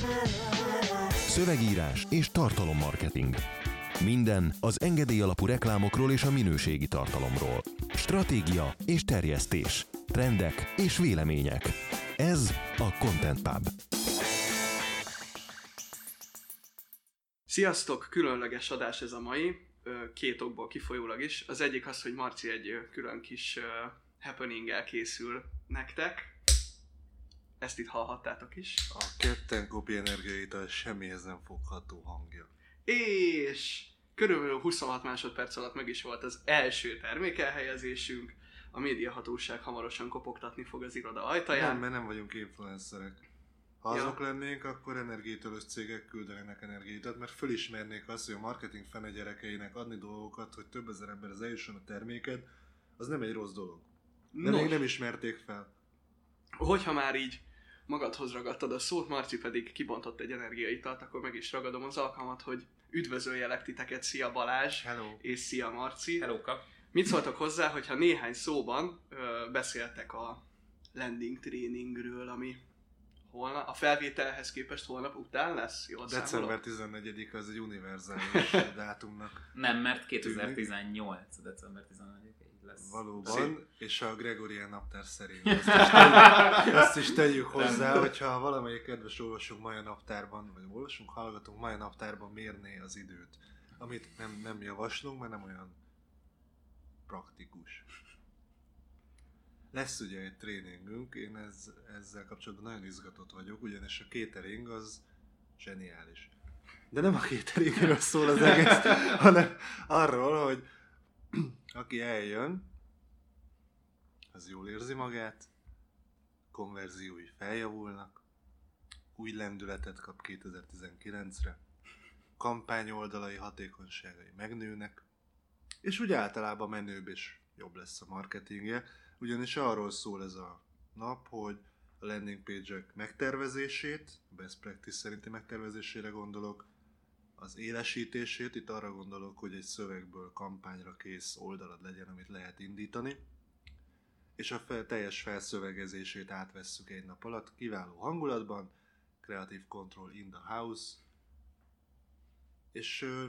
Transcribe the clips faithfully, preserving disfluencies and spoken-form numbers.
Szövegírás és tartalommarketing. Minden az engedély alapú reklámokról és a minőségi tartalomról. Stratégia és terjesztés. Trendek és vélemények. Ez a Content Pub. Sziasztok! Különleges adás ez a mai, két okból kifolyólag is. Az egyik az, hogy Marci egy külön kis happening-el készül nektek. Ezt itt hallhattátok is. A Captain Copy energiaital semmihez nem fogható hangja. És körülbelül huszonhat másodperc alatt meg is volt az első termékelhelyezésünk. A médiahatóság hamarosan kopogtatni fog az iroda ajtaján. Nem, mert nem vagyunk influencerek. Ha azok ja. lennénk, akkor energiaitölös cégek küldenének energiaitat, mert fölismernék azt, hogy a marketing fene gyerekeinek adni dolgokat, hogy több ezer emberhez eljusson a terméked, az nem egy rossz dolog. De Nos, még nem ismerték fel. Hogyha már így magadhoz ragadtad a szót, Marci pedig kibontott egy energiaitalt, akkor meg is ragadom az alkalmat, hogy üdvözöljelek titeket. Szia Balázs! Hello. És szia Marci! Hellóka! Mit szóltok hozzá, hogyha néhány szóban ö, beszéltek a landing trainingről, ami holnap, a felvételhez képest holnap után lesz? Jól december tizennegyedike az egy univerzális dátumnak. Nem, mert kétezer-tizennyolc. december tizennegyedike lesz. Valóban, Szép. És a Gregorian naptár szerint. Azt is tegyük, azt is tegyük hozzá, hogyha valamelyik kedves olvasónk Maja naptárban, vagy olvasunk, hallgatunk Maja naptárban mérné az időt, amit nem, nem javaslunk, mert nem olyan praktikus. Lesz ugye egy tréningünk, én ez, ezzel kapcsolatban nagyon izgatott vagyok, ugyanis a catering az zseniális. De nem a cateringről szól az egész, hanem arról, hogy aki eljön, az jól érzi magát, konverziói feljavulnak, új lendületet kap kétezer-tizenkilencre, kampányoldalai hatékonyságai megnőnek, és úgy általában menőbb és jobb lesz a marketingje, ugyanis arról szól ez a nap, hogy a landing page-ek megtervezését, best practice szerinti megtervezésére gondolok, az élesítését, itt arra gondolok, hogy egy szövegből kampányra kész oldalad legyen, amit lehet indítani, és a fel, teljes felszövegezését átvesszük egy nap alatt, kiváló hangulatban, Creative Control in the house, és ö,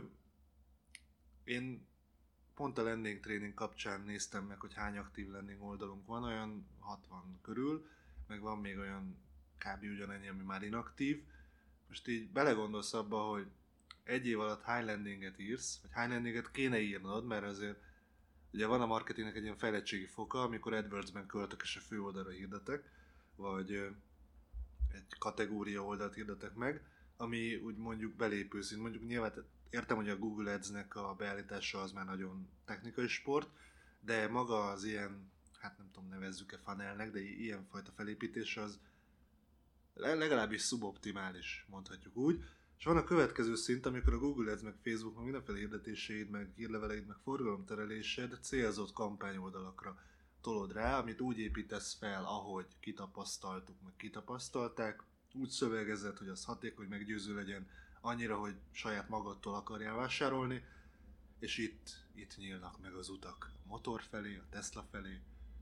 én pont a landing training kapcsán néztem meg, hogy hány aktív landing oldalunk van, olyan hatvan körül, meg van még olyan kb. Ugyanennyi, ami már inaktív. Most így belegondolsz abba, hogy egy év alatt hány landinget írsz, vagy hány landinget kéne írnod, mert azért ugye van a marketingnek egy ilyen fejlettségi foka, amikor AdWords-ben költök és a fő oldalra hirdetek, vagy egy kategória oldalt hirdetek meg, ami úgy mondjuk belépő szint, mondjuk nyilván értem, hogy a Google Ads-nek a beállítása az már nagyon technikai sport, de maga az ilyen, hát nem tudom, nevezzük-e funnelnek, de ilyen fajta felépítés az legalábbis szuboptimális, mondhatjuk úgy. És van a következő szint, amikor a Google Ads, meg Facebook, meg mindenféle hirdetéseid, meg hírleveleid, meg forgalomterelésed célzott kampányoldalakra tolod rá, amit úgy építesz fel, ahogy kitapasztaltuk, meg kitapasztalták, úgy szövegezed, hogy az hatékony, meggyőző legyen, annyira, hogy saját magadtól akarjál vásárolni, és itt, itt nyílnak meg az utak a motor felé, a Tesla felé,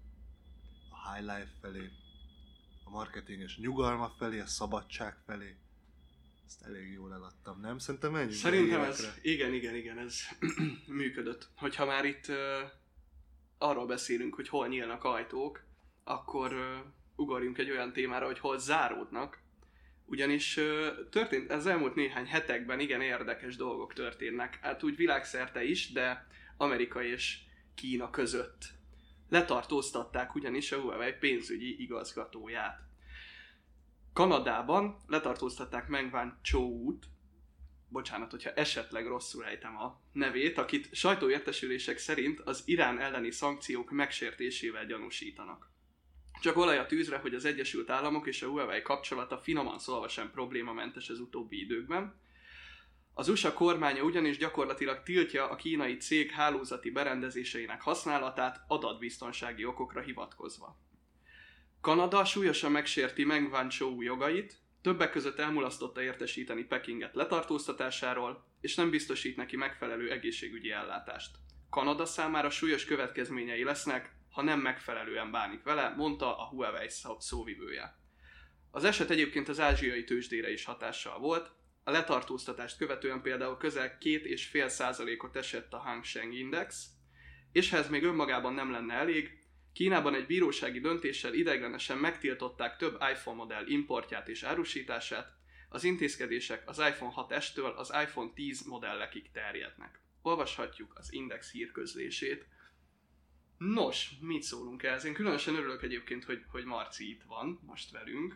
a high life felé, a marketinges nyugalma felé, a szabadság felé. Ezt elég jól eladtam, nem? Szerintem menjünk. Szerintem ez, igen, igen, igen, ez működött. Hogyha már itt uh, arról beszélünk, hogy hol nyílnak ajtók, akkor uh, ugorjunk egy olyan témára, hogy hol záródnak. Ugyanis uh, történt, az elmúlt néhány hetekben igen érdekes dolgok történnek. Hát úgy világszerte is, de Amerika és Kína között. Letartóztatták ugyanis a Huawei pénzügyi igazgatóját. Kanadában letartóztatták Meng Wanzhou-t, bocsánat, hogyha esetleg rosszul ejtem a nevét, akit sajtóértesülések szerint az Irán elleni szankciók megsértésével gyanúsítanak. Csak olaj a tűzre, hogy az Egyesült Államok és a Huawei kapcsolata finoman szólva sem problémamentes az utóbbi időkben. Az u es á kormánya ugyanis gyakorlatilag tiltja a kínai cég hálózati berendezéseinek használatát adatbiztonsági okokra hivatkozva. Kanada súlyosan megsérti Meng Wanzhou jogait, többek között elmulasztotta értesíteni Pekinget letartóztatásáról, és nem biztosít neki megfelelő egészségügyi ellátást. Kanada számára súlyos következményei lesznek, ha nem megfelelően bánik vele, mondta a Huawei szóvivője. Az eset egyébként az ázsiai tőzsdére is hatással volt. A letartóztatást követően például közel két egész öt százalékot esett a Hang Seng Index, és ha ez még önmagában nem lenne elég, Kínában egy bírósági döntéssel ideiglenesen megtiltották több iPhone modell importját és árusítását, az intézkedések az iPhone hat es-től az iPhone tíz modellekig terjednek. Olvashatjuk az Index hírközlését. Nos, mit szólunk ehhez? Én különösen örülök egyébként, hogy, hogy Marci itt van most velünk.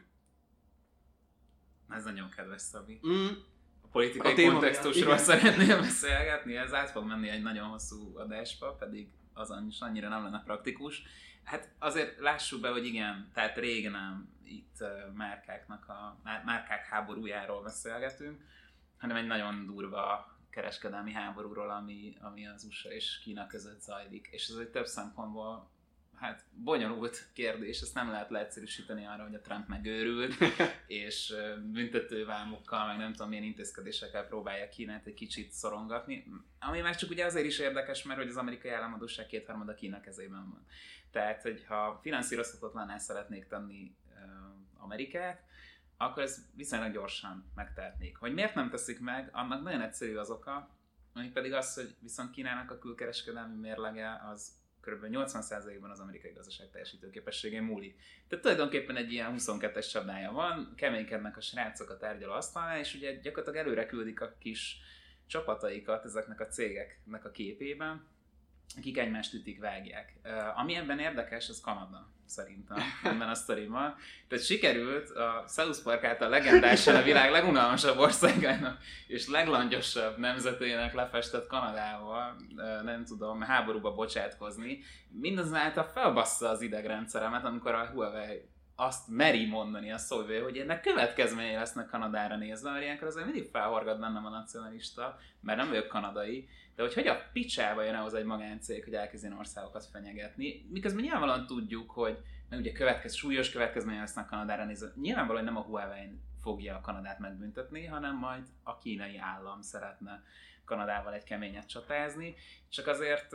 Ez nagyon kedves, Szabi. Mm. A politikai a kontextusról szeretnél beszélgetni, ez át fog menni egy nagyon hosszú adásba, pedig azon is annyira nem lenne praktikus. Hát azért lássuk be, hogy igen, tehát rég nem itt márkáknak a, márkák háborújáról beszélgetünk, hanem egy nagyon durva kereskedelmi háborúról, ami, ami az u es á és Kína között zajlik. És ez egy több szempontból hát bonyolult kérdés, ezt nem lehet leegyszerűsíteni arra, hogy a Trump megőrült, és büntetővámokkal, meg nem tudom milyen intézkedésekkel próbálja Kínát egy kicsit szorongatni. Ami már csak ugye azért is érdekes, mert hogy az amerikai államadósság kétharmada Kína kezében van. Tehát, hogyha finanszírozhatatlanná szeretnék tenni uh, Amerikát, akkor ez viszonylag gyorsan megtehetnék. Hogy miért nem teszik meg, annak nagyon egyszerű az oka, ami pedig az, hogy viszont Kínának a külkereskedelmi mérlege az kb. nyolcvan százalékban az amerikai gazdaság teljesítőképességén múlik. Tehát tulajdonképpen egy ilyen huszonkettes csapdája van, keménykednek a srácok a tárgyalóasztalnál, és ugye gyakorlatilag előre küldik a kis csapataikat ezeknek a cégeknek a képében, akik egymást ütik, vágják. Uh, ami ebben érdekes, az Kanada, szerintem, ebben a sztoriban. Tehát sikerült a South Park által legendásan a világ legunalmasabb országának és leglangyosabb nemzetének lefestett Kanadával, uh, nem tudom, háborúba bocsátkozni. Mindazonáltal felbassza az idegrendszeremet, amikor a Huawei azt meri mondani a szóvő, hogy ennek következményei lesznek Kanadára nézve, mert ilyenkor azért mindig felhorgat bennem a nacionalista, mert nem vagyok kanadai, de hogy hogy a picsába jön ahhoz egy magáncég, hogy elkezdjen országokat fenyegetni, miközben nyilvánvalóan tudjuk, hogy mert ugye következ, súlyos következményei lesznek Kanadára nézve, nyilvánvalóan nem a Huawei fogja a Kanadát megbüntetni, hanem majd a kínai állam szeretne Kanadával egy keményet csatázni, csak azért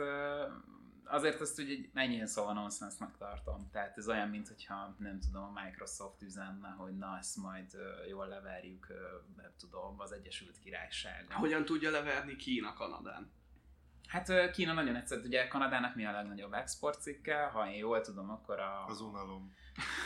Azért ezt ugye ennyien szóval nonsensnak tartom. Tehát ez olyan, mintha nem tudom, a Microsoft üzenne, hogy na ezt majd uh, jól leverjük, uh, nem tudom, az Egyesült Királyságon. Hogyan tudja leverni Kína Kanadán? Hát uh, Kína nagyon egyszerű, ugye Kanadának mi a legnagyobb exportcikke, ha én jól tudom, akkor a... Az unalom.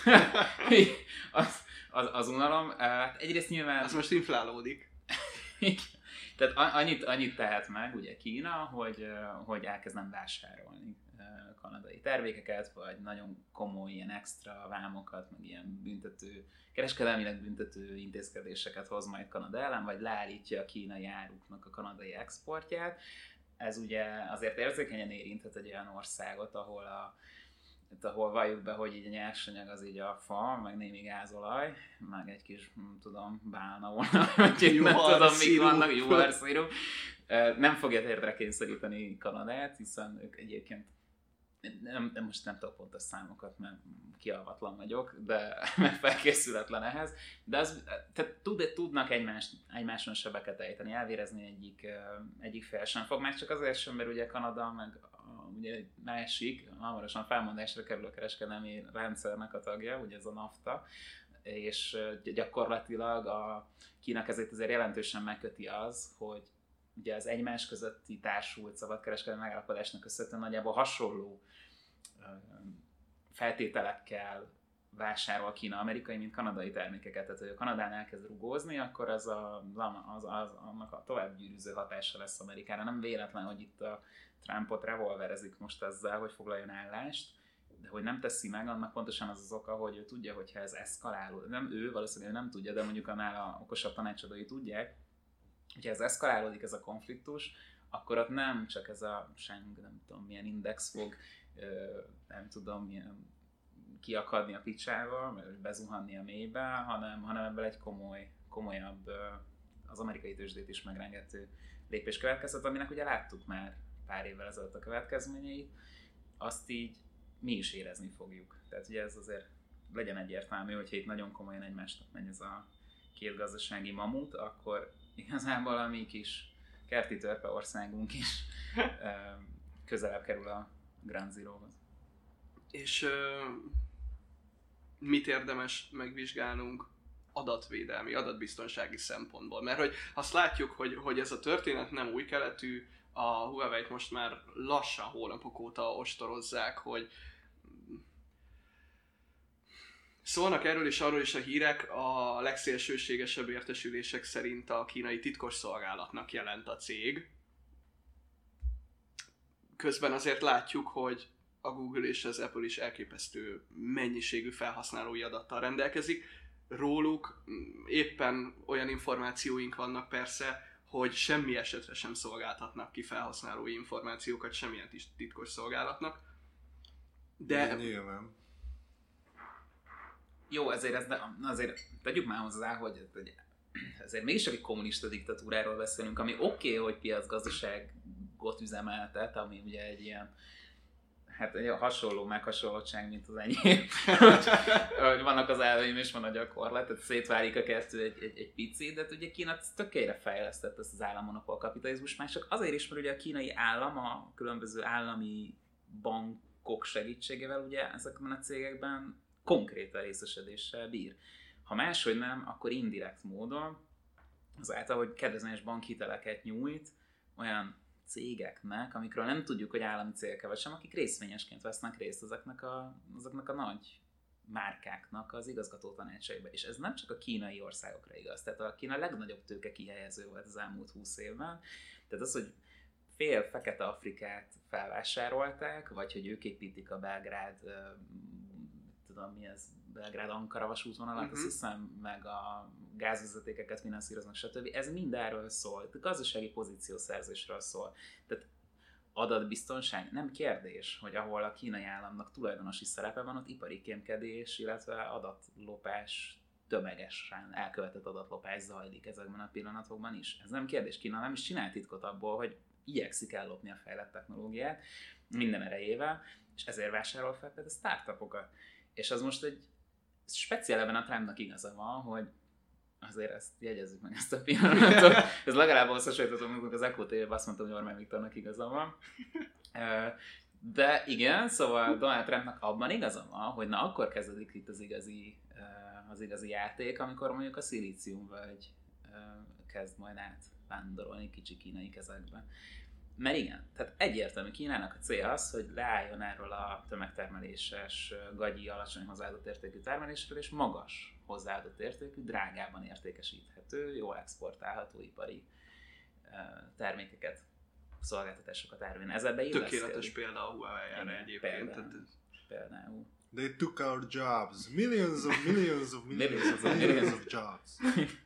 az, az, az unalom. Uh, hát egyrészt nyilván... Az most inflálódik. Tehát annyit, annyit tehet meg ugye Kína, hogy, hogy elkezdem vásárolni kanadai termékeket, vagy nagyon komoly ilyen extra vámokat, meg ilyen büntető, kereskedelmileg büntető intézkedéseket hoz majd Kanada ellen, vagy leállítja a kínai áruknak a kanadai exportját. Ez ugye azért érzékenyen érinthet egy olyan országot, ahol a itt, ahol valljuk be, hogy így a nyersanyag az így a fa, meg némi gázolaj, meg egy kis, nem tudom, bálnaolaj, vagy nem tudom, mik vannak, juharszirup. Nem fogja térdre kényszeríteni Kanadát, hiszen ők egyébként, nem, nem, most nem tudok pontos számokat, mert kialvatlan vagyok, de felkészületlen ehhez, de az, tehát tud, tudnak egymás, egymáson sebeket ejteni, elvérezni egyik, egyik fél sem fog, már csak azért sem, mert ugye Kanada, meg ugye egy másik, hamarosan felmondásra kerül a kereskedelmi rendszernek a tagja, ugye ez a NAFTA, és gyakorlatilag a Kína kezét azért jelentősen megköti az, hogy ugye az egymás közötti társult szabadkereskedelmi megállapodásnak köszönhetően nagyjából hasonló feltételekkel vásárol Kína amerikai, mint kanadai termékeket. Tehát, hogy a Kanadán elkezd rugózni, akkor az, a, az, az annak a tovább gyűrűző hatása lesz Amerikára. Nem véletlen, hogy itt a Trumpot revolverezik most ezzel, hogy foglaljon állást, de hogy nem teszi meg, annak pontosan az az oka, hogy ő tudja, hogyha ez eszkalálódik. Nem ő, valószínűleg nem tudja, de mondjuk annál a okosabb tanácsadói tudják, hogyha ez eszkalálódik, ez a konfliktus, akkor ott nem csak ez a Shang, nem tudom milyen index fog, nem tudom milyen kiakadni a picsával, vagy bezuhanni a mélybe, hanem, hanem ebből egy komoly, komolyabb, az amerikai tőzsdét is megrengető lépés következett, aminek ugye láttuk már pár évvel ezelőtt a következményeit, azt így mi is érezni fogjuk. Tehát ugye ez azért legyen egyértelmű, hogyha itt nagyon komolyan egymásnak megy ez a két gazdasági mamut, akkor igazából a mi kis kerti törpe országunk is közelebb kerül a Ground Zero-hoz. És uh, mit érdemes megvizsgálnunk adatvédelmi, adatbiztonsági szempontból. Mert hogy azt látjuk, hogy, hogy ez a történet nem új keletű, a Huawei-t most már lassan hónapok óta ostorozzák, hogy szólnak erről és arról is a hírek, a legszélsőségesebb értesülések szerint a kínai titkosszolgálatnak jelent a cég. Közben azért látjuk, hogy a Google és az Apple is elképesztő mennyiségű felhasználói adattal rendelkezik. Róluk éppen olyan információink vannak persze, hogy semmi esetre sem szolgáltatnak ki felhasználói információkat semmilyen titkos szolgálatnak. De... Nyilván. Jó, ezért, ez, azért tegyük már hozzá, hogy azért mégiscsak egy kommunista diktatúráról beszélünk, ami oké, okay, hogy piacgazdaságot üzemeltet, ami ugye egy ilyen, hát egy hasonló meghasonlottság, mint az enyém. hogy vannak az elveim és van a gyakorlat, tehát szétválik a kettő egy, egy, egy picit, de ugye Kína tökélyre fejlesztett ezt az állammonopól kapitalizmus, már csak azért is, mert ugye a kínai állam a különböző állami bankok segítségével ugye ezekben a cégekben konkrétan részesedéssel bír. Ha máshogy nem, akkor indirekt módon, azáltal, hogy kedvezményes bankhiteleket nyújt olyan cégeknek, amikről nem tudjuk, hogy állami cégek vagy sem, akik részvényesként vesznek részt ezeknek a, ezeknek a nagy márkáknak az igazgató tanácsaiba. És ez nem csak a kínai országokra igaz. Tehát a Kína legnagyobb tőke kihelyező volt az elmúlt húsz évben. Tehát az, hogy fél Fekete Afrikát felvásárolták, vagy hogy ők építik a Belgrád, tudom mi ez, Belgrád-Ankara vasútvonalat, uh-huh. azt hiszem, meg a gázvezetékeket finanszíroznak, stb. Ez mind erről szól, a gazdasági pozíciószerzésről szól. Tehát adatbiztonság nem kérdés, hogy ahol a kínai államnak tulajdonosi szerepe van, ott ipari kémkedés, illetve adatlopás, tömegesen elkövetett adatlopás zajlik ezekben a pillanatokban is. Ez nem kérdés, Kína nem is csinál titkot abból, hogy igyekszik ellopni a fejlett technológiát minden erejével, és ezért vásárol fel például startupokat. És az most egy speciál ebben a Trumpnak igaza van, hogy azért ezt jegyezzük meg ezt a pillanatot. Ez legalább ahhoz hasonlítatom, amikor az Echo té vében azt mondtam, hogy Orbán Viktornak igaza van. De igen, szóval Donald Trumpnak abban igaza van, hogy na akkor kezdődik itt az igazi, az igazi játék, amikor mondjuk a szilíciumvölgy kezd majd átvándorolni kicsi kínai kezekbe. Mert igen, tehát egyértelmű Kínának a célja az, hogy leálljon erről a tömegtermeléses, gagyi, alacsony hozzáadott értékű termelésről, és magas hozzáadott értékű, drágában értékesíthető, jól exportálható ipari termékeket, szolgáltatásokat árulni. Ezzel beilleszkedik. Tökéletes példa a Huawei-re egyébként. Például. például. They took our jobs. Millions of millions of millions of millions of jobs.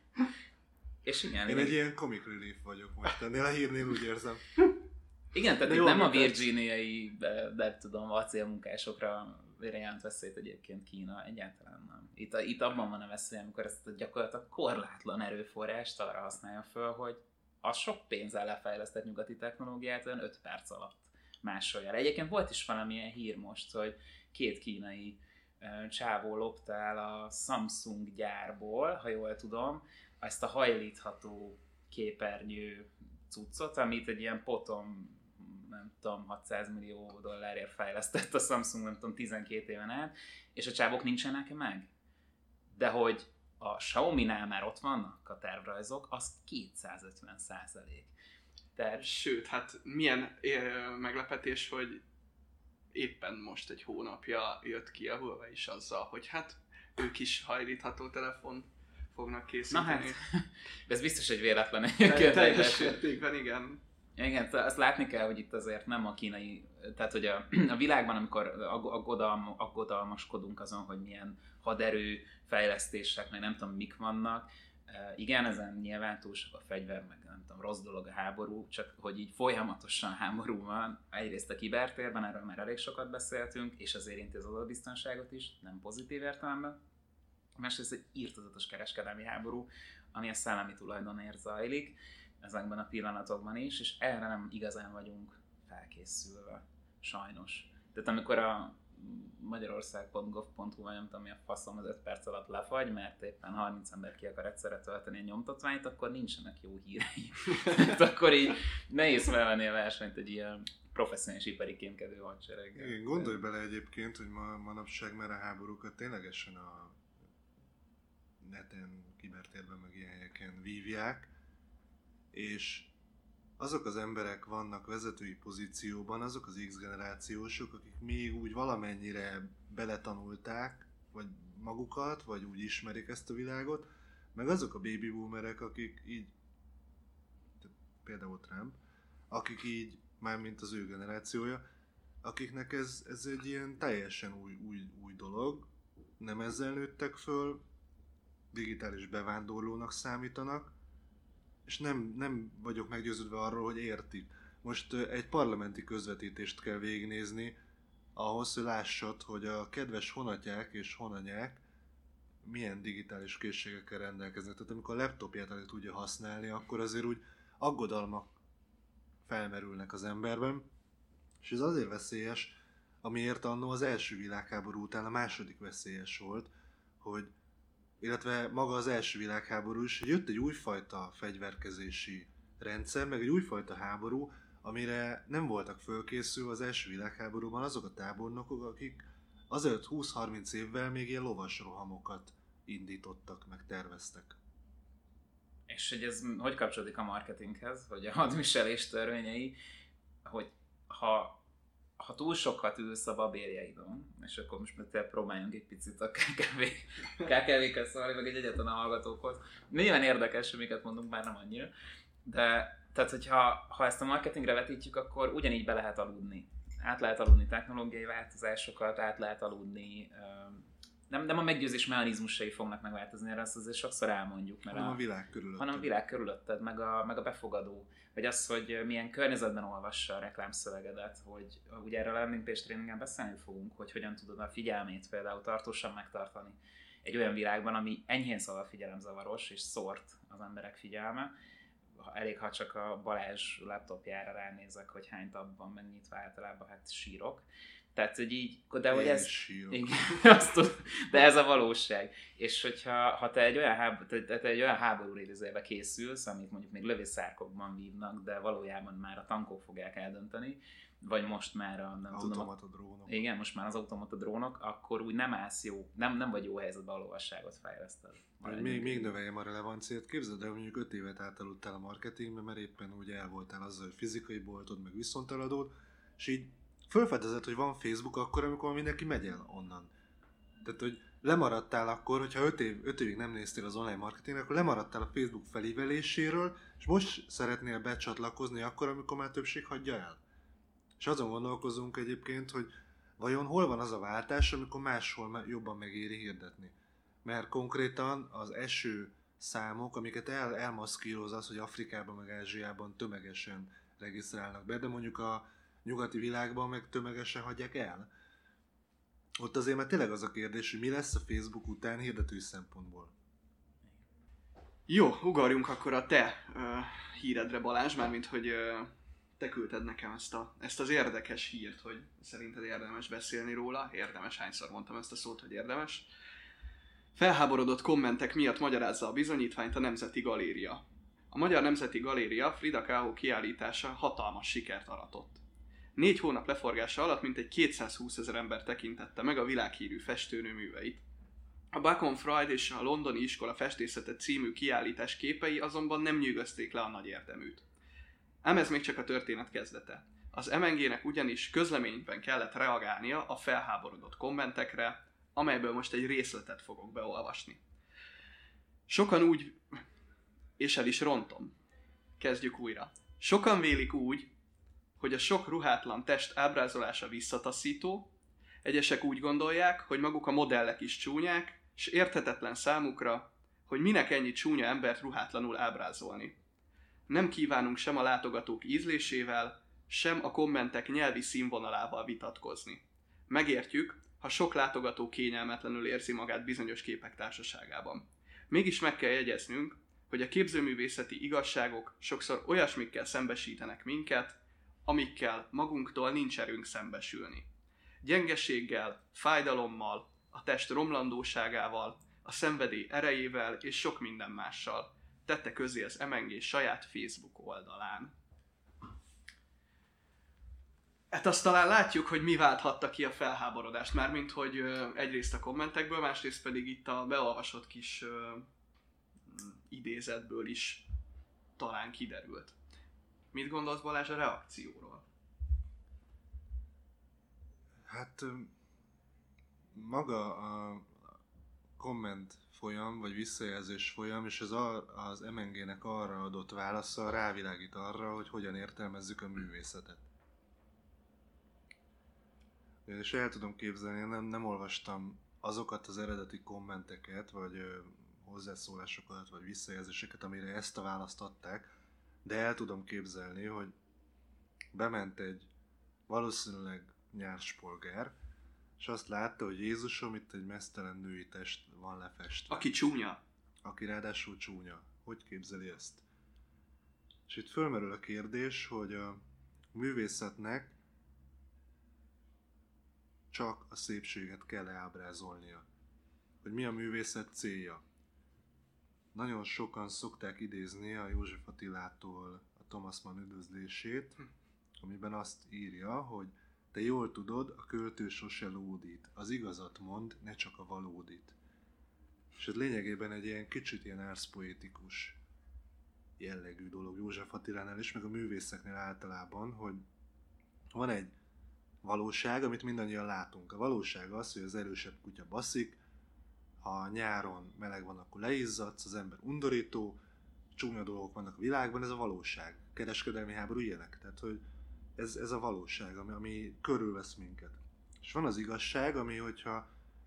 És igen, Én igen. egy ilyen comic relief vagyok most, ennél a hírnél úgy érzem. Igen, tehát itt nem a virginiai, de tudom, acélmunkásokra jelent veszélyt egyébként Kína, egyáltalán nem. Itt, itt abban van a veszély, amikor ezt a gyakorlatilag korlátlan erőforrást arra használja föl, hogy a sok pénzzel lefejlesztett nyugati technológiát olyan öt perc alatt másolja. Egyébként volt is valamilyen hír most, hogy két kínai csávó lopta el a Samsung gyárból, ha jól tudom, ezt a hajlítható képernyő cuccot, amit egy ilyen potom, nem tudom, hatszáz millió dollárért fejlesztett a Samsung, nem tudom, tizenkét éven át, és a csávok nincsenek meg. De hogy a Xiaomi-nál már ott vannak a tervrajzok, az kétszázötven százalék. Tehát... Sőt, hát milyen é- meglepetés, hogy éppen most egy hónapja jött ki a Huawei is azzal, hogy hát ők is hajlítható telefon fognak készíteni. Na hát, ez biztos egy véletlen egyébként. Teljes mértékben, igen. Igen, azt látni kell, hogy itt azért nem a kínai, tehát hogy a, a világban, amikor aggodalm, aggodalmaskodunk azon, hogy milyen haderő fejlesztések, meg nem tudom mik vannak, igen, ezen nyilván túl sok a fegyver, meg nem tudom, rossz dolog a háború, csak hogy így folyamatosan háború van, egyrészt a kibertérben, erről már elég sokat beszéltünk, és az érinti az adatbiztonságot is, nem pozitív értelemben. Másrészt egy írtozatos kereskedelmi háború, ami a szellemi tulajdonért zajlik ezekben a pillanatokban is, és erre nem igazán vagyunk felkészülve, sajnos. Tehát amikor a magyarország pont gov pont hu vagy nem tudom mi a faszom az öt perc alatt lefagy, mert éppen harminc ember ki akar egyszerre tölteni a nyomtatványt, akkor nincsenek jó hírei. Tehát akkor így nehéz felvenni a versenyt egy ilyen professzionális ipari kémkedő hadsereggel. Igen, gondolj bele egyébként, hogy ma, manapság már a háborúkat ténylegesen a neten, kibertérben, meg ilyen helyeken vívják, és azok az emberek vannak vezetői pozícióban, azok az X-generációsok, akik még úgy valamennyire beletanulták, vagy magukat, vagy úgy ismerik ezt a világot, meg azok a baby boomerek, akik így, például Trump, akik így, mármint az ő generációja, akiknek ez, ez egy ilyen teljesen új, új, új dolog, nem ezzel nőttek föl, digitális bevándorlónak számítanak, és nem, nem vagyok meggyőződve arról, hogy értik. Most egy parlamenti közvetítést kell végignézni ahhoz, hogy lássad, hogy a kedves honatják és honanyák milyen digitális készségekkel rendelkeznek. Tehát amikor a laptopját el tudja használni, akkor azért úgy aggodalmak felmerülnek az emberben, és ez azért veszélyes, amiért annó az első világháború után a második veszélyes volt, hogy illetve maga az első világháború is, hogy jött egy újfajta fegyverkezési rendszer, meg egy újfajta háború, amire nem voltak fölkészülve az első világháborúban azok a tábornokok, akik azért húsz-harminc évvel még ilyen lovas rohamokat indítottak, meg terveztek. És hogy ez hogy kapcsolódik a marketinghez, vagy a hadviselés törvényei, hogy ha ha túl sokat ülsz a babérjaidon, és akkor most már próbáljunk egy picit a ká ká vé-ket szólni, meg egy egyetlen a hallgatókhoz. Nyilván érdekes, amiket mondunk, már nem annyira, de tehát, hogyha ha ezt a marketingre vetítjük, akkor ugyanígy be lehet aludni. Át lehet aludni technológiai változásokat, át lehet aludni, nem, nem a meggyőzés mechanizmusai fognak megváltozni, erre azt azért sokszor elmondjuk. Mert hanem a, a világ körülötted. Hanem a világ körülötted, meg a, meg a befogadó. Vagy az, hogy milyen környezetben olvassa a reklámszövegedet, hogy ugye erről a landing page tréningen beszélni fogunk, hogy hogyan tudod a figyelmét például tartósan megtartani egy olyan világban, ami enyhén szóval figyelemzavaros és szórt az emberek figyelme. Elég, ha csak a Balázs laptopjára ránézek, hogy hány tab van megnyitva, általában hát sírok. Tehát, hogy így, de hogy ez... Igen, azt tud, de ez a valóság. És hogyha ha te egy olyan, háb, te, te egy olyan háború idézőjelbe készülsz, amit mondjuk még lövészárkokban vívnak, de valójában már a tankok fogják eldönteni, vagy most már a... Nem automata tudom, drónok. Igen, most már az automata drónok, akkor úgy nem állsz jó, nem, nem vagy jó helyzetben a lovasságot fejleszted. Még, még növeljem a relevanciát. Képzeld el, mondjuk öt évet átaludtál a marketingben, mert éppen úgy el voltál azzal, hogy fizikai boltod, meg viszonteladód, és így fölfedezed, hogy van Facebook akkor, amikor mindenki megy el onnan. Tehát, hogy lemaradtál akkor, hogyha öt év, öt évig nem néztél az online marketingre, akkor lemaradtál a Facebook felíveléséről, és most szeretnél becsatlakozni akkor, amikor már többség hagyja el. És azon gondolkozunk egyébként, hogy vajon hol van az a váltás, amikor máshol jobban megéri hirdetni. Mert konkrétan az eső számok, amiket el, elmaszkíroz az, hogy Afrikában meg Ázsiában tömegesen regisztrálnak be, de mondjuk a nyugati világban meg tömegesen hagyják el. Ott azért már tényleg az a kérdés, hogy mi lesz a Facebook után hirdető szempontból. Jó, ugorjunk akkor a te uh, híredre, Balázs, mármint hogy uh, te küldted nekem ezt, a, ezt az érdekes hírt, hogy szerinted érdemes beszélni róla. Érdemes, hányszor mondtam ezt a szót, hogy érdemes. Felháborodott kommentek miatt magyarázza a bizonyítványt a Nemzeti Galéria. A Magyar Nemzeti Galéria Frida Kahlo kiállítása hatalmas sikert aratott. Négy hónap leforgása alatt mintegy kétszázhúszezer ember tekintette meg a világhírű festőnő műveit. A Bacon Freud és a Londoni Iskola Festészete című kiállítás képei azonban nem nyűgözték le a nagy érdeműt. Ám ez még csak a történet kezdete. Az em en gé-nek ugyanis közleményben kellett reagálnia a felháborodott kommentekre, amelyből most egy részletet fogok beolvasni. Sokan úgy... és el is rontom. Kezdjük újra. Sokan vélik úgy, hogy a sok ruhátlan test ábrázolása visszataszító, egyesek úgy gondolják, hogy maguk a modellek is csúnyák, és érthetetlen számukra, hogy minek ennyi csúnya embert ruhátlanul ábrázolni. Nem kívánunk sem a látogatók ízlésével, sem a kommentek nyelvi színvonalával vitatkozni. Megértjük, ha sok látogató kényelmetlenül érzi magát bizonyos képek társaságában. Mégis meg kell jegyeznünk, hogy a képzőművészeti igazságok sokszor olyasmikkel szembesítenek minket, amikkel magunktól nincs erőnk szembesülni. Gyengeséggel, fájdalommal, a test romlandóságával, a szenvedély erejével és sok minden mással tette közé az em en gé saját Facebook oldalán. Hát azt talán látjuk, hogy mi válthatta ki a felháborodást, mármint hogy ö, egyrészt a kommentekből, másrészt pedig itt a beolvasott kis ö, idézetből is talán kiderült. Mit gondolsz, Balázs, a reakcióról? Hát maga a komment folyam, vagy visszajelzés folyam, és ez az em en gé-nek arra adott válasza rávilágít arra, hogy hogyan értelmezzük a művészetet. És el tudom képzelni, nem, nem olvastam azokat az eredeti kommenteket, vagy ö, hozzászólásokat, vagy visszajelzéseket, amire ezt a választ adták, de el tudom képzelni, hogy bement egy valószínűleg nyárspolgár, és azt látta, hogy Jézusom, itt egy meztelen női test van lefestve. Aki csúnya. Aki ráadásul csúnya. Hogy képzeli ezt? És itt fölmerül a kérdés, hogy a művészetnek csak a szépséget kell ábrázolnia. Hogy mi a művészet célja. Nagyon sokan szokták idézni a József Attilától a Thomas Mann üdvözlését, amiben azt írja, hogy te jól tudod, a költő sose lódít, az igazat mond, ne csak a valódit. És ez lényegében egy ilyen kicsit ilyen árszpoétikus jellegű dolog József Attilánál is, meg a művészeknél általában, hogy van egy valóság, amit mindannyian látunk. A valóság az, hogy az erősebb kutya baszik, ha nyáron meleg van, akkor leizzadsz, az ember undorító, csúnya dolgok vannak a világban, ez a valóság. Kereskedelmi háború ilyenek. Tehát, hogy ez, ez a valóság, ami, ami körülvesz minket. És van az igazság, ami, hogyha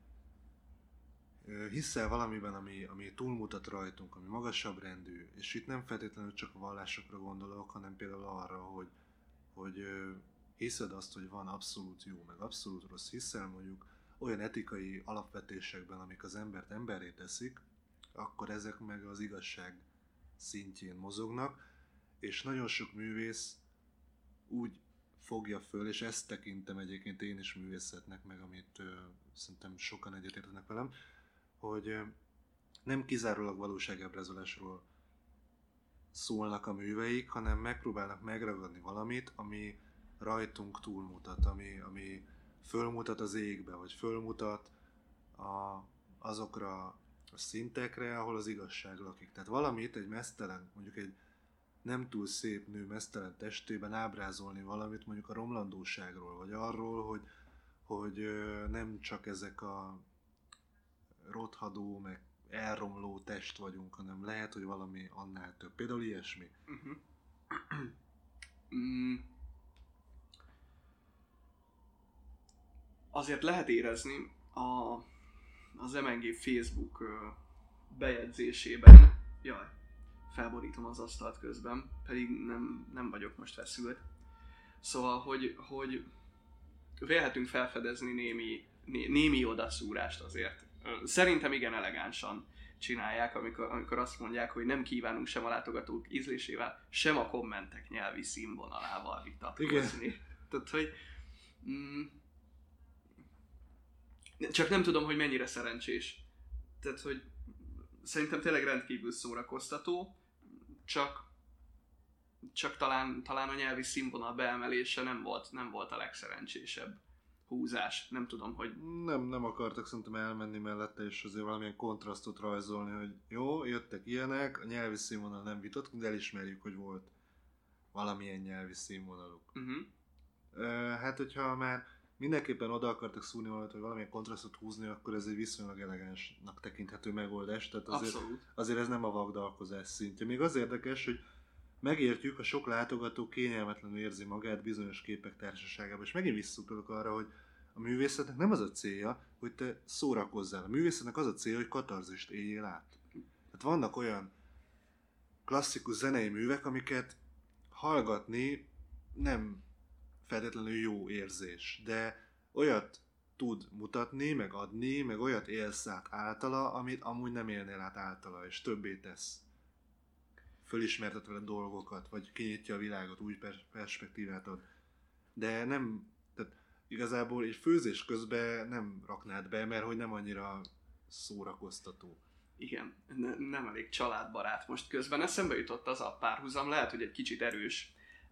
hiszel valamiben, ami, ami túlmutat rajtunk, ami magasabb rendű, és itt nem feltétlenül csak a vallásokra gondolok, hanem például arra, hogy, hogy hiszed azt, hogy van abszolút jó, meg abszolút rossz, hiszel mondjuk olyan etikai alapvetésekben, amik az embert emberré teszik, akkor ezek meg az igazság szintjén mozognak, és nagyon sok művész úgy fogja föl, és ezt tekintem egyébként én is művészetnek, meg amit ö, szerintem sokan egyetértenek velem, hogy ö, nem kizárólag valóságábrázolásról szólnak a műveik, hanem megpróbálnak megragadni valamit, ami rajtunk túlmutat, ami, ami fölmutat az égbe, vagy fölmutat a, azokra a szintekre, ahol az igazság lakik. Tehát valamit, egy meztelen, mondjuk egy nem túl szép nő meztelen testében ábrázolni valamit mondjuk a romlandóságról, vagy arról, hogy, hogy nem csak ezek a rothadó, meg elromló test vagyunk, hanem lehet, hogy valami annál több. Például ilyesmi. Uh-huh. mm. Azért lehet érezni a, az em en gé Facebook bejegyzésében, jaj, felborítom az asztalt közben, pedig nem, nem vagyok most feszült. Szóval, hogy, hogy vélhetünk felfedezni némi, né, némi odaszúrást azért. Szerintem igen elegánsan csinálják, amikor, amikor azt mondják, hogy nem kívánunk sem a látogatók ízlésével, sem a kommentek nyelvi színvonalával vitatkozni. Tehát, hogy... Mm, csak nem tudom, hogy mennyire szerencsés. Tehát, hogy szerintem tényleg rendkívül szórakoztató, csak, csak talán, talán a nyelvi színvonal beemelése nem volt, nem volt a legszerencsésebb húzás. Nem tudom, hogy... Nem, nem akartak szerintem elmenni mellette, és azért valamilyen kontrasztot rajzolni, hogy jó, jöttek ilyenek, a nyelvi színvonal nem vitatkozunk, de elismerjük, hogy volt valamilyen nyelvi színvonaluk. Uh-huh. Hát, hogyha már mindenképpen oda akartak szúrni valamit, hogy valamilyen kontrasztot húzni, akkor ez egy viszonylag elegánsnak tekinthető megoldás. Tehát azért, azért ez nem a vagdalkozás szintje. Még az érdekes, hogy megértjük, a sok látogató kényelmetlenül érzi magát bizonyos képek társaságában. És megint visszautalok arra, hogy a művészetnek nem az a célja, hogy te szórakozzál. A művészetnek az a célja, hogy katarzist éljél át. Tehát vannak olyan klasszikus zenei művek, amiket hallgatni nem feltétlenül jó érzés, de olyat tud mutatni, meg adni, meg olyat élsz át általa, amit amúgy nem élnél át általa, és többé tesz. Fölismertet vele dolgokat, vagy kinyitja a világot, új perspektívát ad. De nem, tehát igazából egy főzés közben nem raknád be, mert hogy nem annyira szórakoztató. Igen, ne, nem elég családbarát most közben. Eszembe jutott az a párhuzam, lehet, hogy egy kicsit erős,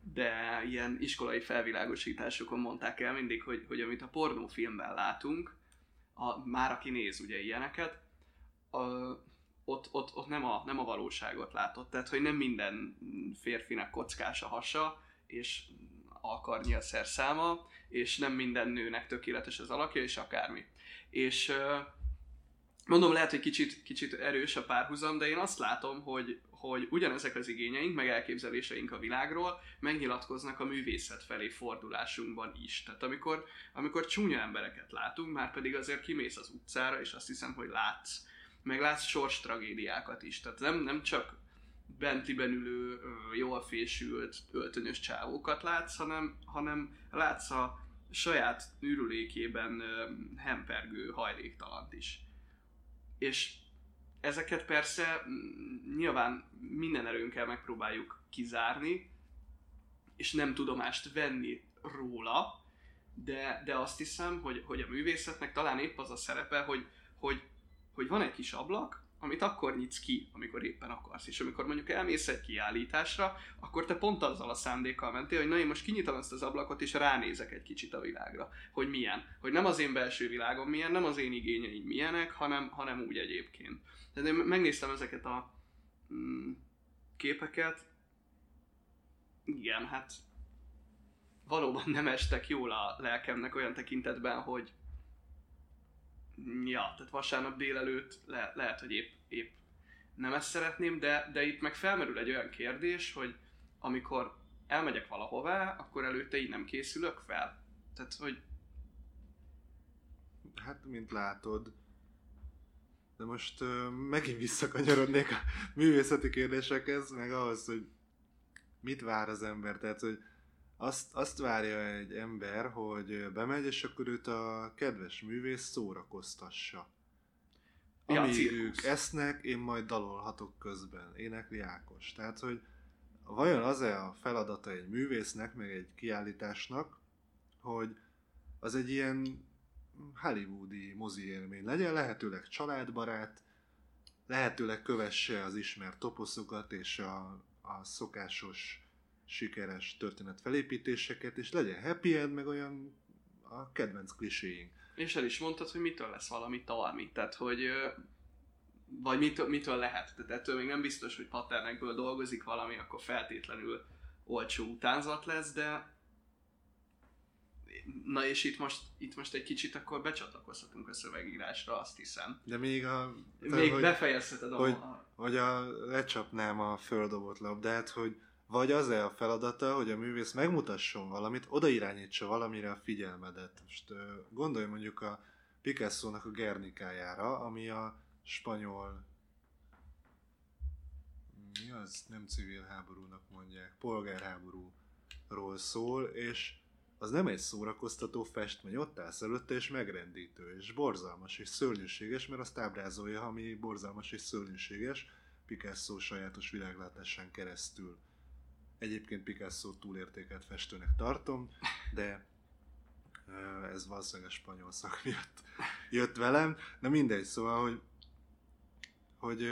de ilyen iskolai felvilágosításokon mondták el mindig, hogy, hogy amit a pornófilmben látunk, a, már aki néz ugye ilyeneket, a, ott, ott, ott nem, a, nem a valóságot látott. Tehát, hogy nem minden férfinek kockás a hasa, és alkarnyi a szerszáma, és nem minden nőnek tökéletes az alakja, és akármi. És mondom, lehet, hogy kicsit, kicsit erős a párhuzam, de én azt látom, hogy, hogy ugyanezek az igényeink, meg elképzeléseink a világról megnyilatkoznak a művészet felé fordulásunkban is. Tehát amikor, amikor csúnya embereket látunk, már pedig azért kimész az utcára, és azt hiszem, hogy látsz, meg látsz sors tragédiákat is. Tehát nem, nem csak Bentleyben ülő, jól fésült, öltönyös csávókat látsz, hanem, hanem látsz a saját ürülékében hempergő hajléktalant is. És ezeket persze nyilván minden erőnkkel megpróbáljuk kizárni, és nem tudomást venni róla, de, de azt hiszem, hogy, hogy a művészetnek talán épp az a szerepe, hogy, hogy, hogy van egy kis ablak, amit akkor nyitsz ki, amikor éppen akarsz. És amikor mondjuk elmész egy kiállításra, akkor te pont azzal a szándékkal mentél, hogy na én most kinyitom ezt az ablakot, és ránézek egy kicsit a világra. Hogy milyen. Hogy nem az én belső világom milyen, nem az én igényeim milyenek, hanem, hanem úgy egyébként. Tehát én megnéztem ezeket a mm, képeket. Igen, hát valóban nem estek jól a lelkemnek olyan tekintetben, hogy ja, tehát vasárnap délelőtt le, lehet, hogy épp, épp nem ezt szeretném, de, de itt meg felmerül egy olyan kérdés, hogy amikor elmegyek valahová, akkor előtte így nem készülök fel. Tehát, hogy... Hát, mint látod. De most uh, megint visszakanyarodnék a művészeti kérdésekhez, meg ahhoz, hogy mit vár az ember. Tehát, hogy Azt, azt várja egy ember, hogy bemegy, és akkor őt a kedves művész szórakoztassa. Amíg ja, ők esznek, én majd dalolhatok közben. Énekli Ákos. Tehát, hogy vajon az-e a feladata egy művésznek, meg egy kiállításnak, hogy az egy ilyen hollywoodi mozi élmény legyen, lehetőleg családbarát, lehetőleg kövesse az ismert toposzokat és a, a szokásos sikeres történet felépítéseket, és legyen happy end, meg olyan a kedvenc kliséink. És el is mondtad, hogy mitől lesz valami talmi, tehát hogy vagy mitől, mitől lehet, tehát ettől még nem biztos, hogy patternekből dolgozik valami, akkor feltétlenül olcsó utánzat lesz, de na és itt most, itt most egy kicsit akkor becsatlakozhatunk a szövegírásra, azt hiszem. De még a... Még hogy, befejezheted a... Hogy, hogy a, lecsapnám a földobott labdát, hogy vagy az-e a feladata, hogy a művész megmutasson valamit, odairányítsa valamire a figyelmedet. Most gondolj mondjuk a Picasso-nak a Guernicájára, ami a spanyol... Mi az? Nem civil háborúnak mondják. Polgárháborúról szól, és az nem egy szórakoztató festmény. Ott állsz előtte, és megrendítő, és borzalmas, és szörnyűséges, mert azt ábrázolja, ami borzalmas és szörnyűséges Picasso sajátos világlátásán keresztül. Egyébként Picasso túlértékelt festőnek tartom, de ez valószínűleg a spanyol szak miatt jött velem. De mindegy, szóval, hogy, hogy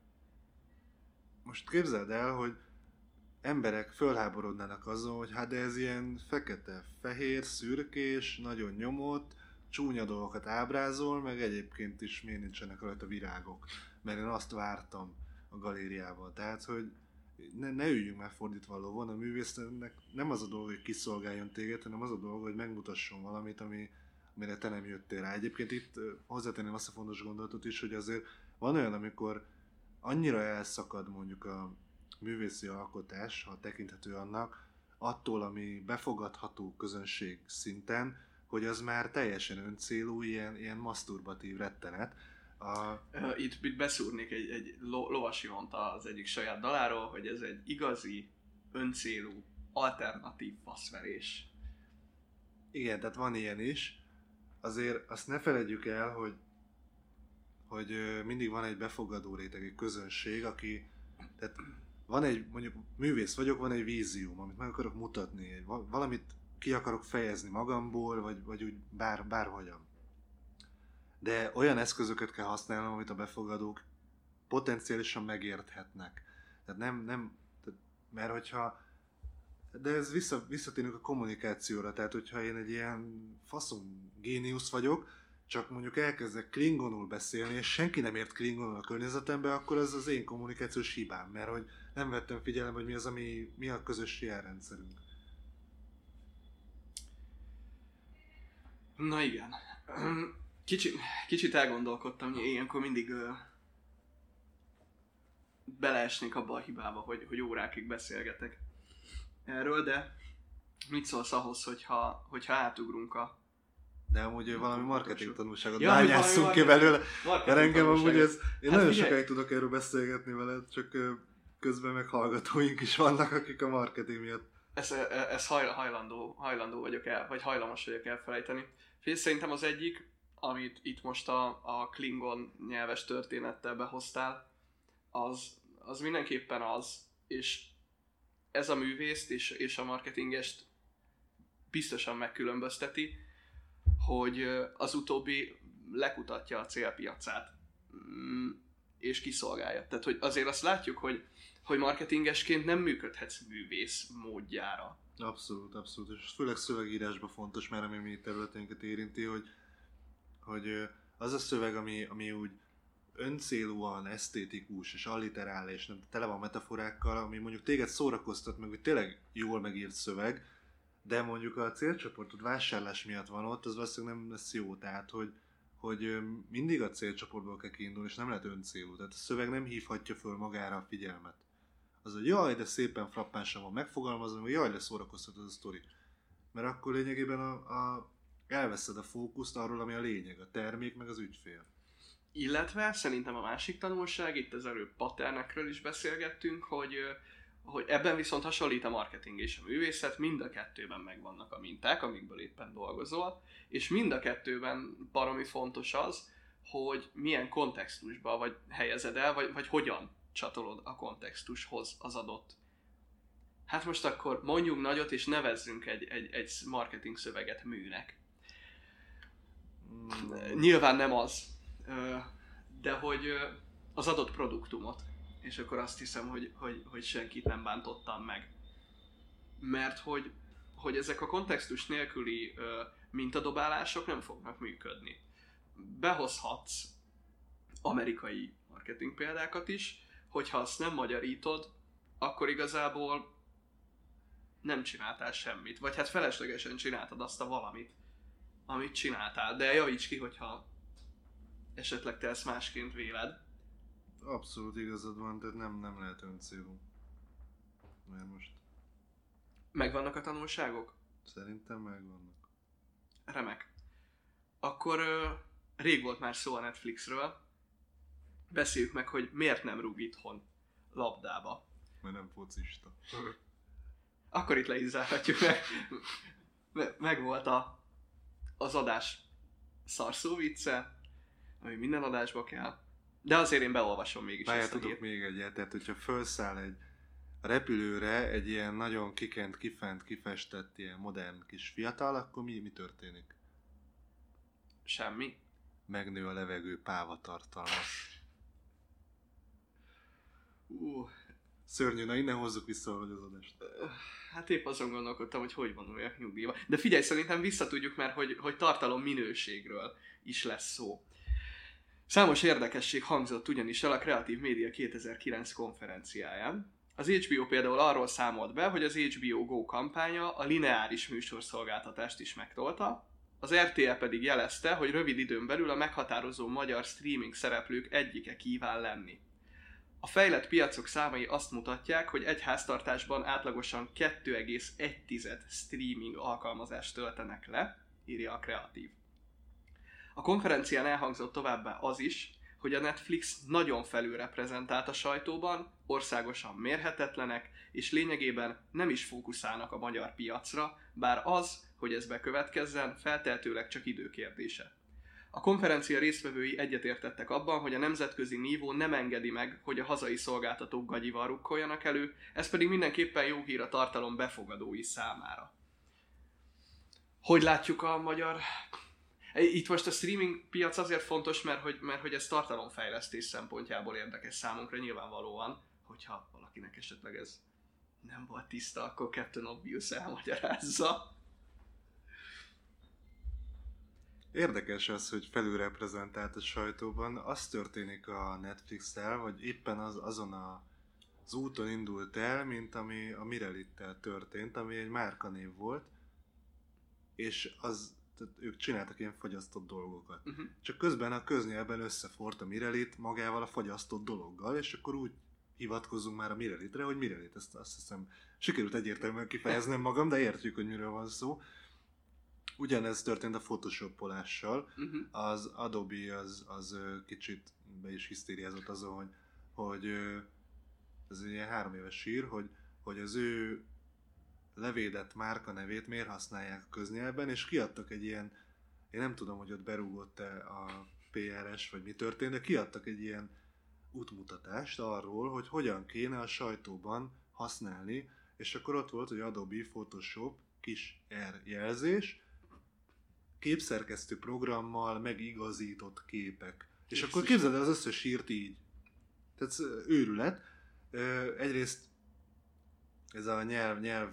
most képzeld el, hogy emberek fölháborodnának azon, hogy hát de ez ilyen fekete, fehér, szürkés, nagyon nyomott, csúnya dolgokat ábrázol, meg egyébként is miért nincsenek rajta virágok, mert én azt vártam a galériával. Tehát, hogy ne, ne üljünk már fordítva a lovon, a művésznek nem az a dolog, hogy kiszolgáljon téged, hanem az a dolog, hogy megmutasson valamit, ami, amire te nem jöttél rá. Egyébként itt hozzátenném azt a fontos gondolatot is, hogy azért van olyan, amikor annyira elszakad mondjuk a művészi alkotás, ha tekinthető annak, attól, ami befogadható közönség szinten, hogy az már teljesen öncélú, ilyen, ilyen maszturbatív rettenet. A... Itt, itt beszúrnék egy, egy lo, lovasi mondta az egyik saját daláról, hogy ez egy igazi, öncélú, alternatív faszverés. Igen, tehát van ilyen is. Azért azt ne feledjük el, hogy, hogy mindig van egy befogadó réteg, egy közönség, aki... Tehát van egy, mondjuk művész vagyok, van egy vízióm, amit meg akarok mutatni, egy, valamit ki akarok fejezni magamból, vagy, vagy úgy bár, bárhogyan. De olyan eszközöket kell használnom, amit a befogadók potenciálisan megérthetnek. Tehát nem, nem tehát, mert hogyha De ez vissza, visszatérünk a kommunikációra, tehát hogyha én egy ilyen faszom géniusz vagyok, csak mondjuk elkezdek klingonul beszélni, és senki nem ért klingonul a környezetembe, akkor ez az én kommunikációs hibám, mert hogy nem vettem figyelembe, hogy mi az, ami, mi a közös jelrendszerünk. Na igen. Kicsit, kicsit elgondolkodtam, hogy ilyenkor mindig ö, beleesnék abba a hibába, hogy, hogy órákig beszélgetek erről, de mit szólsz ahhoz, hogyha, hogyha átugrunk a... De amúgy valami marketing tanulságot Ja, bányásszunk ki belőle, mert engem tanulság. amúgy ez... Én Hát nagyon figyelj. sokáig tudok erről beszélgetni veled, csak ö, közben meg hallgatóink is vannak, akik a marketing miatt... Ez, ez haj, hajlandó, hajlandó vagyok el, vagy hajlamos vagyok elfelejteni. Fél szerintem az egyik, amit itt most a, a Klingon nyelves történettel behoztál, az, az mindenképpen az, és ez a művészt és, és a marketingest biztosan megkülönbözteti, hogy az utóbbi lekutatja a célpiacát, és kiszolgálja. Tehát, hogy azért azt látjuk, hogy, hogy marketingesként nem működhetsz művész módjára. Abszolút, abszolút. És főleg szövegírásban fontos, mert ami mi területeinket érinti, hogy, hogy az a szöveg, ami, ami úgy öncélúan esztétikus és alliterál, és nem tele van metaforákkal, ami mondjuk téged szórakoztat, meg hogy tényleg jól megírt szöveg, de mondjuk a célcsoportod vásárlás miatt van ott, az valószínűleg nem lesz jó. Tehát, hogy, hogy mindig a célcsoportból kell kiindulni, és nem lehet öncélú. Tehát a szöveg nem hívhatja föl magára a figyelmet. Az, hogy jaj, de szépen frappánsan van megfogalmazva, hogy jaj, de szórakoztat az a sztori. Mert akkor lényegében a, a, elveszed a fókuszt arról, ami a lényeg, a termék, meg az ügyfél. Illetve szerintem a másik tanulság, itt az előbb patternekről is beszélgettünk, hogy, hogy ebben viszont hasonlít a marketing és a művészet, mind a kettőben megvannak a minták, amikből éppen dolgozol, és mind a kettőben baromi fontos az, hogy milyen kontextusba vagy helyezed el, vagy, vagy hogyan csatolod a kontextushoz az adott. Hát most akkor mondjunk nagyot, és nevezzünk egy, egy, egy marketing szöveget műnek. Mm. Nyilván nem az, de hogy az adott produktumot. És akkor azt hiszem, hogy, hogy, hogy senkit nem bántottam meg. Mert hogy, hogy ezek a kontextus nélküli mintadobálások nem fognak működni. Behozhatsz amerikai marketing példákat is, hogyha azt nem magyarítod, akkor igazából nem csináltál semmit. Vagy hát feleslegesen csináltad azt a valamit, amit csináltál. De javíts ki, hogyha esetleg te ezt másként véled. Abszolút igazad van, tehát nem, nem lehet öncélú. Mert most... Megvannak a tanulságok? Szerintem megvannak. Remek. Akkor ö, rég volt már szó a Netflixről. Beszéljük meg, hogy miért nem rúg itthon labdába. Mert nem focista. Akkor itt le is zárhatjuk meg. Meg volt a, az adás szarszó vicce, ami minden adásba kell. De azért én beolvasom mégis Bár ezt a tudok hírt. még egyet, tehát hogyha felszáll egy a repülőre egy ilyen nagyon kikent, kifent, kifestett ilyen modern kis fiatal, akkor mi, mi történik? Semmi. Megnő a levegő pávatartalma. Uh, Szörnyű, na innen hozzuk vissza hogy az adást. hát épp azon gondolkodtam, hogy hogy vonuljak nyugdíjba. De figyelj, szerintem visszatudjuk már, hogy, hogy tartalom minőségről is lesz szó. Számos érdekesség hangzott ugyanis el a Kreatív Média kétezer-kilenc konferenciáján. Az há bé o például arról számolt be, hogy az há bé o Go kampánya a lineáris műsorszolgáltatást is megtolta, az er té é pedig jelezte, hogy rövid időn belül a meghatározó magyar streaming szereplők egyike kíván lenni. A fejlett piacok számai azt mutatják, hogy egy háztartásban átlagosan két egész egy streaming alkalmazást töltenek le, írja a Kreatív. A konferencián elhangzott továbbá az is, hogy a Netflix nagyon felülreprezentált a sajtóban, országosan mérhetetlenek, és lényegében nem is fókuszálnak a magyar piacra, bár az, hogy ez bekövetkezzen, feltehetőleg csak időkérdése. A konferencia résztvevői egyetértettek abban, hogy a nemzetközi nívó nem engedi meg, hogy a hazai szolgáltatók gagyival rukkoljanak elő, ez pedig mindenképpen jó hír a tartalom befogadói számára. Hogy látjuk a magyar... Itt most a streaming piac azért fontos, mert hogy, mert hogy ez tartalomfejlesztés szempontjából érdekes számunkra nyilvánvalóan, hogyha valakinek esetleg ez nem volt tiszta, akkor Captain Obvious elmagyarázza. Érdekes az, hogy felülreprezentált a sajtóban. Az történik a Netflix-tel, vagy éppen az, azon a, az úton indult el, mint ami a Mirelittel történt, ami egy márkanév volt, és az, tehát ők csináltak ilyen fagyasztott dolgokat. Uh-huh. Csak közben a köznyelben összefort a Mirelit magával a fagyasztott dologgal, és akkor úgy hivatkozzunk már a Mirelitre, hogy Mirelit, ezt azt hiszem sikerült egyértelműen kifejeznem magam, de értjük, hogy miről van szó. Ugyanez történt a photoshopolással. Uh-huh. Az Adobe az, az kicsit be is hisztériázott azon, hogy, hogy ez egy ilyen három éves sír, hogy, hogy az ő levédett márka nevét miért használják a köznyelben, és kiadtak egy ilyen, én nem tudom, hogy ott berúgott-e a pé er es, vagy mi történt, de kiadtak egy ilyen útmutatást arról, hogy hogyan kéne a sajtóban használni, és akkor ott volt, hogy Adobe Photoshop, kis R jelzés, képszerkesztő programmal megigazított képek. És akkor képzeld el az összes írt így. Tehát őrület. Egyrészt ez a nyelv, nyelv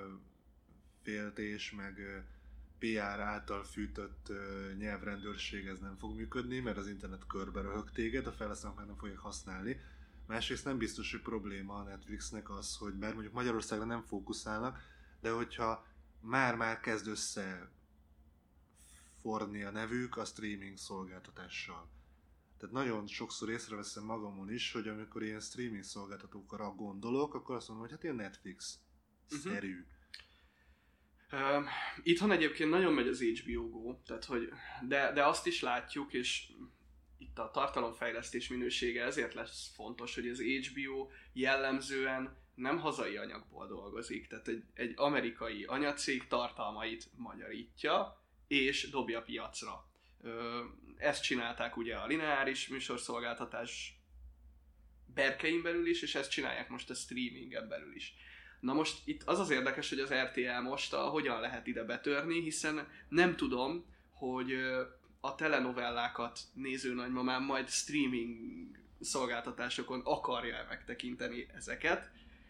féltés, meg pé er által fűtött nyelvrendőrség, ez nem fog működni, mert az internet körbe röhög téged, a felhasználók meg nem fogják használni. Másrészt nem biztos, hogy probléma a Netflixnek az, hogy bár mondjuk Magyarországra nem fókuszálnak, de hogyha már-már kezd össze forni a nevük a streaming szolgáltatással. Tehát nagyon sokszor észreveszem magamon is, hogy amikor ilyen streaming szolgáltatókra gondolok, akkor azt mondom, hogy hát ilyen Netflix-szerű. Uh-huh. Uh, itthon egyébként nagyon megy az há bé o Go, tehát hogy, de, de azt is látjuk, és itt a tartalomfejlesztés minősége ezért lesz fontos, hogy az há bé o jellemzően nem hazai anyagból dolgozik, tehát egy, egy amerikai anyacég tartalmait magyarítja, és dobja piacra. Ezt csinálták ugye a lineáris műsorszolgáltatás berkein belül is, és ezt csinálják most a streamingen belül is. Na most itt az az érdekes, hogy az er té el most a, hogyan lehet ide betörni, hiszen nem tudom, hogy a telenovellákat néző nagymamám majd streaming szolgáltatásokon akarja megtekinteni ezeket.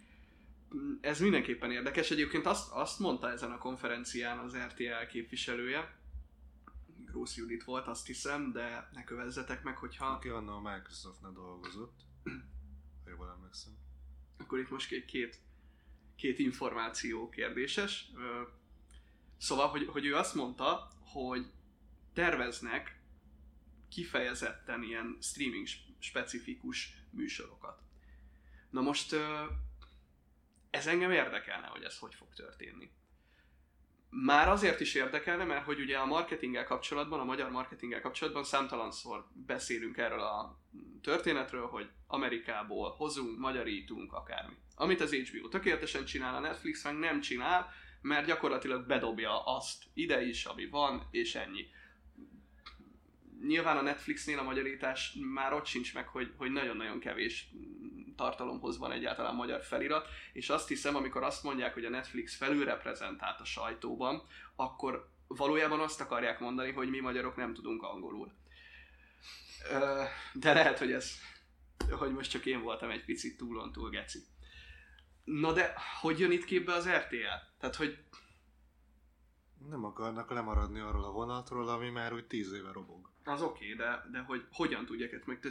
Ez mindenképpen érdekes. Egyébként azt, azt mondta ezen a konferencián az er té el képviselője, Grósz Judit volt, azt hiszem, de ne kövezzetek meg, hogyha... Aki annak a Microsoftnál dolgozott, ha jól emlékszem. Akkor itt most két, két, két információ kérdéses. Szóval, hogy, hogy ő azt mondta, hogy terveznek kifejezetten ilyen streaming specifikus műsorokat. Na most ez engem érdekelne, hogy ez hogy fog történni. Már azért is érdekelne, mert hogy ugye a marketinggel kapcsolatban, a magyar marketinggel kapcsolatban számtalanszor beszélünk erről a történetről, hogy Amerikából hozunk, magyarítunk, akármi. Amit az há bé o tökéletesen csinál, a Netflix meg nem csinál, mert gyakorlatilag bedobja azt ide is, ami van, és ennyi. Nyilván a Netflixnél a magyarítás már ott sincs meg, hogy, hogy nagyon-nagyon kevés tartalomhoz van egyáltalán magyar felirat, és azt hiszem, amikor azt mondják, hogy a Netflix felülreprezentált a sajtóban, akkor valójában azt akarják mondani, hogy mi magyarok nem tudunk angolul. De lehet, hogy ez, hogy most csak én voltam egy picit túlon túl geci. Na de, hogy jön itt képbe az er té el? Tehát, hogy... Nem akarnak lemaradni arról a vonatról, ami már úgy tíz éve robog. Az oké, okay, de, de hogy hogyan tudják ezt meg...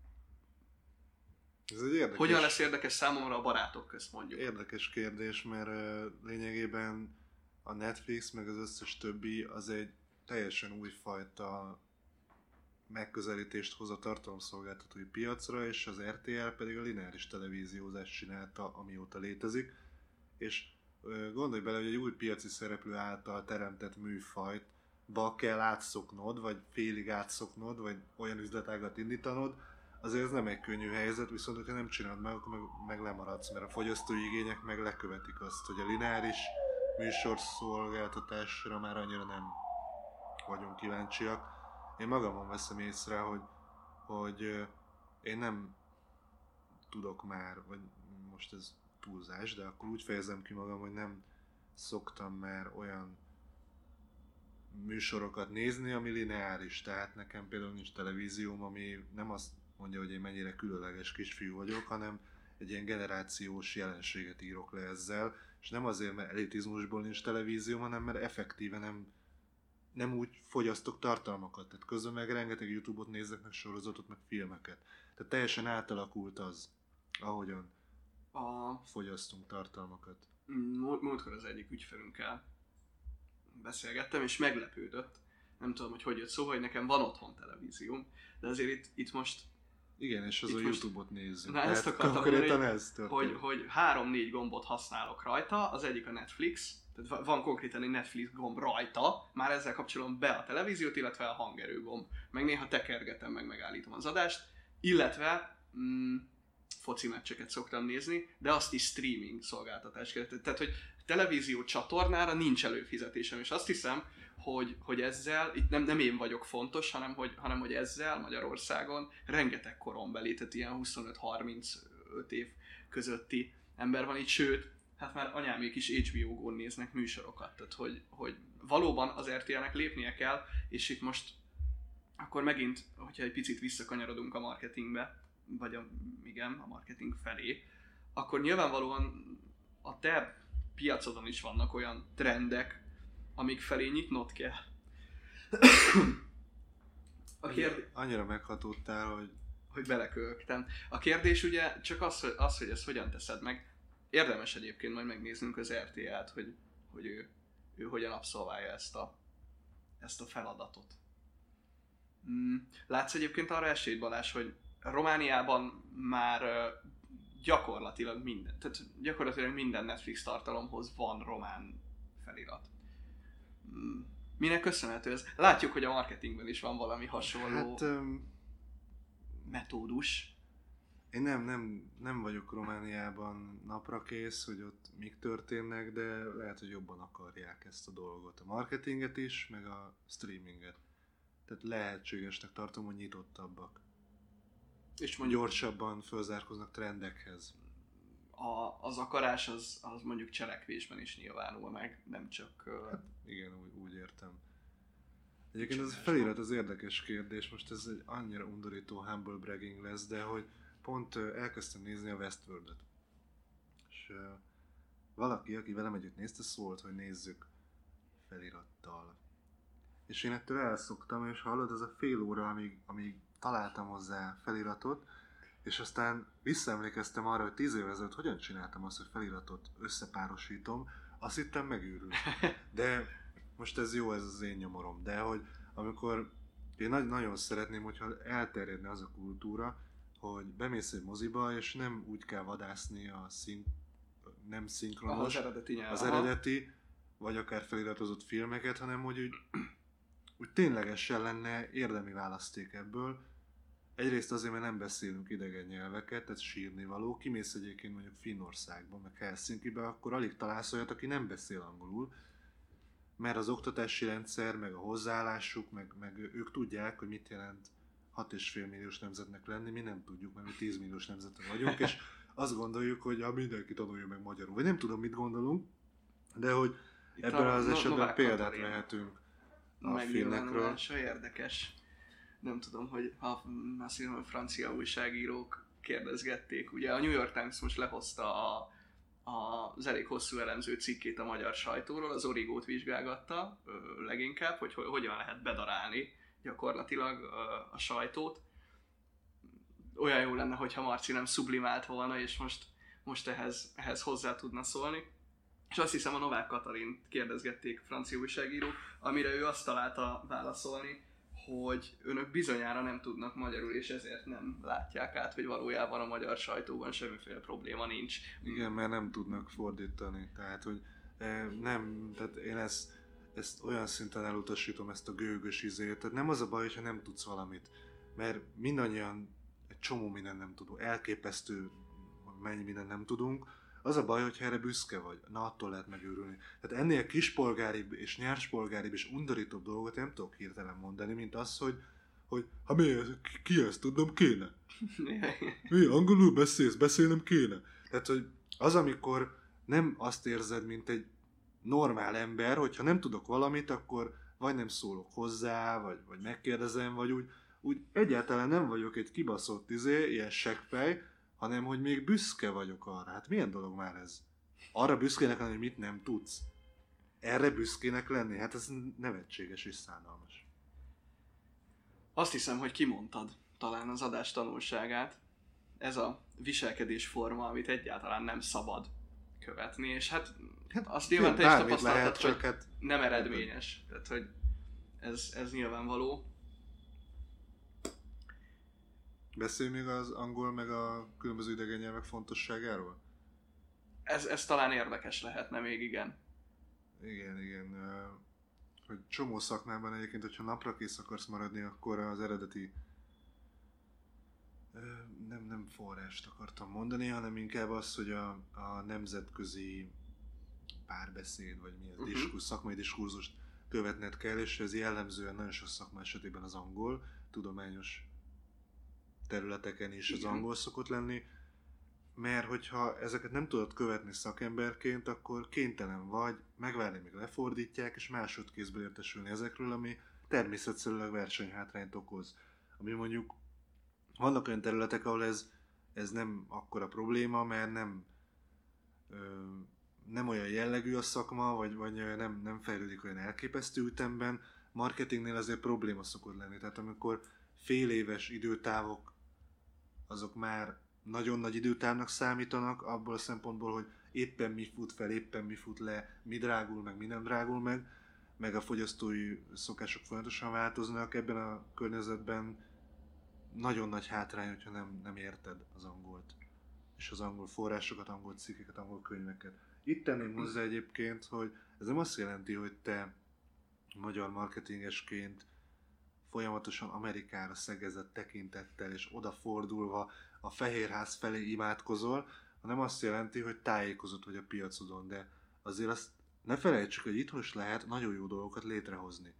Ez egy érdekes... Hogyan lesz érdekes számomra a barátok közt, mondjuk? Érdekes kérdés, mert uh, lényegében a Netflix meg az összes többi az egy teljesen újfajta megközelítést hoz a tartalomszolgáltatói piacra, és az er té el pedig a lineáris televíziózást csinálta, amióta létezik. És uh, gondolj bele, hogy egy új piaci szereplő által teremtett műfajt ba kell átszoknod, vagy félig átszoknod, vagy olyan üzletágat indítanod, azért ez nem egy könnyű helyzet, viszont hogyha nem csinálod meg, akkor meg, meg lemaradsz, mert a fogyasztói igények meg lekövetik azt, hogy a lineáris műsorszolgáltatásra már annyira nem vagyunk kíváncsiak. Én magamon veszem észre, hogy, hogy én nem tudok már, vagy most ez túlzás, de akkor úgy fejezem ki magam, hogy nem szoktam már olyan műsorokat nézni, ami lineáris. Tehát nekem például nincs televízióm, ami nem azt mondja, hogy én mennyire különleges kisfiú vagyok, hanem egy ilyen generációs jelenséget írok le ezzel, és nem azért, mert elitizmusból nincs televízió, hanem mert effektíve nem, nem úgy fogyasztok tartalmakat. Tehát közben meg rengeteg YouTube-ot nézek, meg sorozatot, meg filmeket. Tehát teljesen átalakult az, ahogyan A... fogyasztunk tartalmakat. Múltkor az egyik ügyfelünkkel beszélgettem, és meglepődött. Nem tudom, hogy hogy jött szó, hogy nekem van otthon televízióm, de azért itt, itt most... Igen, és az itt a most... YouTube-ot nézzük. Na, ezt akartam mondani, hogy, hogy, hogy három-négy gombot használok rajta, az egyik a Netflix, tehát van konkrétan egy Netflix gomb rajta, már ezzel kapcsolom be a televíziót, illetve a hangerő gomb. Meg néha tekergetem, meg megállítom az adást, illetve mm, foci meccseket szoktam nézni, de azt is streaming szolgáltatás keretett. Tehát, hogy televízió csatornára nincs előfizetésem, és azt hiszem, hogy, hogy ezzel, itt nem, nem én vagyok fontos, hanem hogy, hanem hogy ezzel Magyarországon rengeteg korombeli, tehát ilyen huszonöt-harmincöt év közötti ember van itt, sőt, hát már anyámék is há bé ó-gón néznek műsorokat, tehát hogy, hogy valóban az er té el-nek lépnie kell, és itt most akkor megint, hogyha egy picit visszakanyarodunk a marketingbe, vagy a, igen, a marketing felé, akkor nyilvánvalóan a te piacodon is vannak olyan trendek, amik felé nyitnod kell. A kérdés... Annyira meghatódtál, hogy... hogy belekölögtem. A kérdés ugye csak az, hogy, az, hogy ezt hogyan teszed meg. Érdemes egyébként majd megnéznünk az er té el-t, hogy, hogy ő, ő hogyan abszolválja ezt a, ezt a feladatot. Látsz egyébként arra esélyt, Balázs, hogy Romániában már gyakorlatilag minden, tehát gyakorlatilag minden Netflix tartalomhoz van román felirat. Minek köszönhető ez? Látjuk, hogy a marketingben is van valami hasonló hát, um, metódus. Én nem, nem, nem vagyok Romániában naprakész, hogy ott mik történnek, de lehet, hogy jobban akarják ezt a dolgot. A marketinget is, meg a streaminget. Tehát lehetségesnek tartom, hogy nyitottabbak. És mondjuk gyorsabban fölzárkoznak trendekhez. A, az akarás az, az mondjuk cselekvésben is nyilvánul meg, nem csak... Hát igen, úgy, úgy értem. Egyébként az felirat az érdekes kérdés, most ez egy annyira undorító humble bragging lesz, de hogy pont elkezdtem nézni a Westworld-et. És uh, valaki, aki velem együtt nézte, szólt, hogy nézzük felirattal. És én ettől elszoktam, és hallod, az a fél óra, amíg, amíg találtam hozzá feliratot, és aztán visszaemlékeztem arra, hogy tíz évvel ezelőtt hogyan csináltam azt, hogy feliratot összepárosítom, azt hittem megőrül. De most ez jó, ez az én nyomorom, de hogy amikor én nagyon szeretném, hogyha elterjedne az a kultúra, hogy bemész egy moziba, és nem úgy kell vadászni a szink, nem szinkronos, az eredeti, az eredeti, vagy akár feliratozott filmeket, hanem hogy úgy, úgy ténylegesen lenne érdemi választék ebből. Egyrészt azért, mert nem beszélünk idegen nyelveket, tehát sírni való. Kimész egyébként mondjuk Finnországba, meg Helsinkibe, akkor alig találsz olyat, aki nem beszél angolul, mert az oktatási rendszer, meg a hozzáállásuk, meg, meg ők tudják, hogy mit jelent hat és fél milliós nemzetnek lenni, mi nem tudjuk, mert mi tíz milliós nemzetek vagyunk, és azt gondoljuk, hogy ja, mindenki tanulja meg magyarul. Vagy nem tudom, mit gondolunk, de hogy itt ebben az no, esetben no, példát Katarina. vehetünk a finnekről. Érdekes. Nem tudom, hogy ha azt hiszem, hogy francia újságírók kérdezgették. Ugye a New York Times most lehozta a, a, az elég hosszú elemző cikkét a magyar sajtóról, az Origót vizsgálgatta ö, leginkább, hogy hogyan lehet bedarálni gyakorlatilag ö, a sajtót. Olyan jó lenne, hogyha Marci nem sublimált volna, és most, most ehhez, ehhez hozzá tudna szólni. És azt hiszem, a Novák Katalint kérdezgették francia újságírók, amire ő azt találta válaszolni, hogy önök bizonyára nem tudnak magyarul, és ezért nem látják át, hogy valójában a magyar sajtóban semmiféle probléma nincs. Igen, mert nem tudnak fordítani. Tehát, hogy nem, tehát én ezt, ezt olyan szinten elutasítom, ezt a gőgös izét. Tehát nem az a baj, hogyha nem tudsz valamit. Mert mindannyian egy csomó minden nem tudunk. Elképesztő, mennyi minden nem tudunk. Az a baj, hogyha erre büszke vagy. Na, attól lehet megőrülni. Tehát ennél kispolgáribb és nyárspolgáribb és undorítóbb dolgot nem tudok hirtelen mondani, mint az, hogy, hogy ha mi, ki ezt tudnom kéne? Mi, angolul beszélsz, beszélnem kéne? Tehát, hogy az, amikor nem azt érzed, mint egy normál ember, hogyha nem tudok valamit, akkor vagy nem szólok hozzá, vagy, vagy megkérdezem, vagy úgy, úgy egyáltalán nem vagyok egy kibaszott izé, ilyen seggfej, hanem hogy még büszke vagyok arra. Hát milyen dolog már ez? Arra büszkének lenni, hogy mit nem tudsz. Erre büszkének lenni? Hát ez nevetséges és szánalmas. Azt hiszem, hogy kimondtad talán az adás tanulságát. Ez a viselkedésforma, amit egyáltalán nem szabad követni, és hát, hát azt nyilván te is tapasztaltad, hogy hát nem eredményes. Tehát, hogy ez, ez nyilvánvaló. Beszélj még az angol meg a különböző idegen nyelvek fontosságáról? Ez, ez talán érdekes lehetne még, igen. Igen, igen. Hogy csomó szakmában egyébként, hogyha naprakész akarsz maradni, akkor az eredeti nem, nem forrást akartam mondani, hanem inkább az, hogy a, a nemzetközi párbeszéd, vagy mi az, uh-huh. diskursz, szakmai diskurzust követned kell, és ez jellemzően nagyon sok szakma esetében az angol, tudományos területeken is az angol szokott lenni, mert hogyha ezeket nem tudod követni szakemberként, akkor kénytelen vagy megvárni, még lefordítják, és másodkézből értesülni ezekről, ami természetszerűleg versenyhátrányt okoz. Ami mondjuk vannak olyan területek, ahol ez, ez nem akkora probléma, mert nem, ö, nem olyan jellegű a szakma, vagy, vagy nem, nem fejlődik olyan elképesztő ütemben. Marketingnél azért probléma szokott lenni. Tehát amikor fél éves időtávok, azok már nagyon nagy időtávnak számítanak, abból a szempontból, hogy éppen mi fut fel, éppen mi fut le, mi drágul meg, mi nem drágul meg, meg a fogyasztói szokások folyamatosan változnak. Ebben a környezetben nagyon nagy hátrány, hogyha nem, nem érted az angolt, és az angol forrásokat, angol cikkeket, angol könyveket. Itt tenném hozzá egyébként, hogy ez nem azt jelenti, hogy te magyar marketingesként folyamatosan Amerikára szegezett tekintettel és odafordulva a Fehérház felé imádkozol, hanem azt jelenti, hogy tájékozott vagy a piacodon, de azért azt ne felejtsük, hogy itthon is lehet nagyon jó dolgokat létrehozni.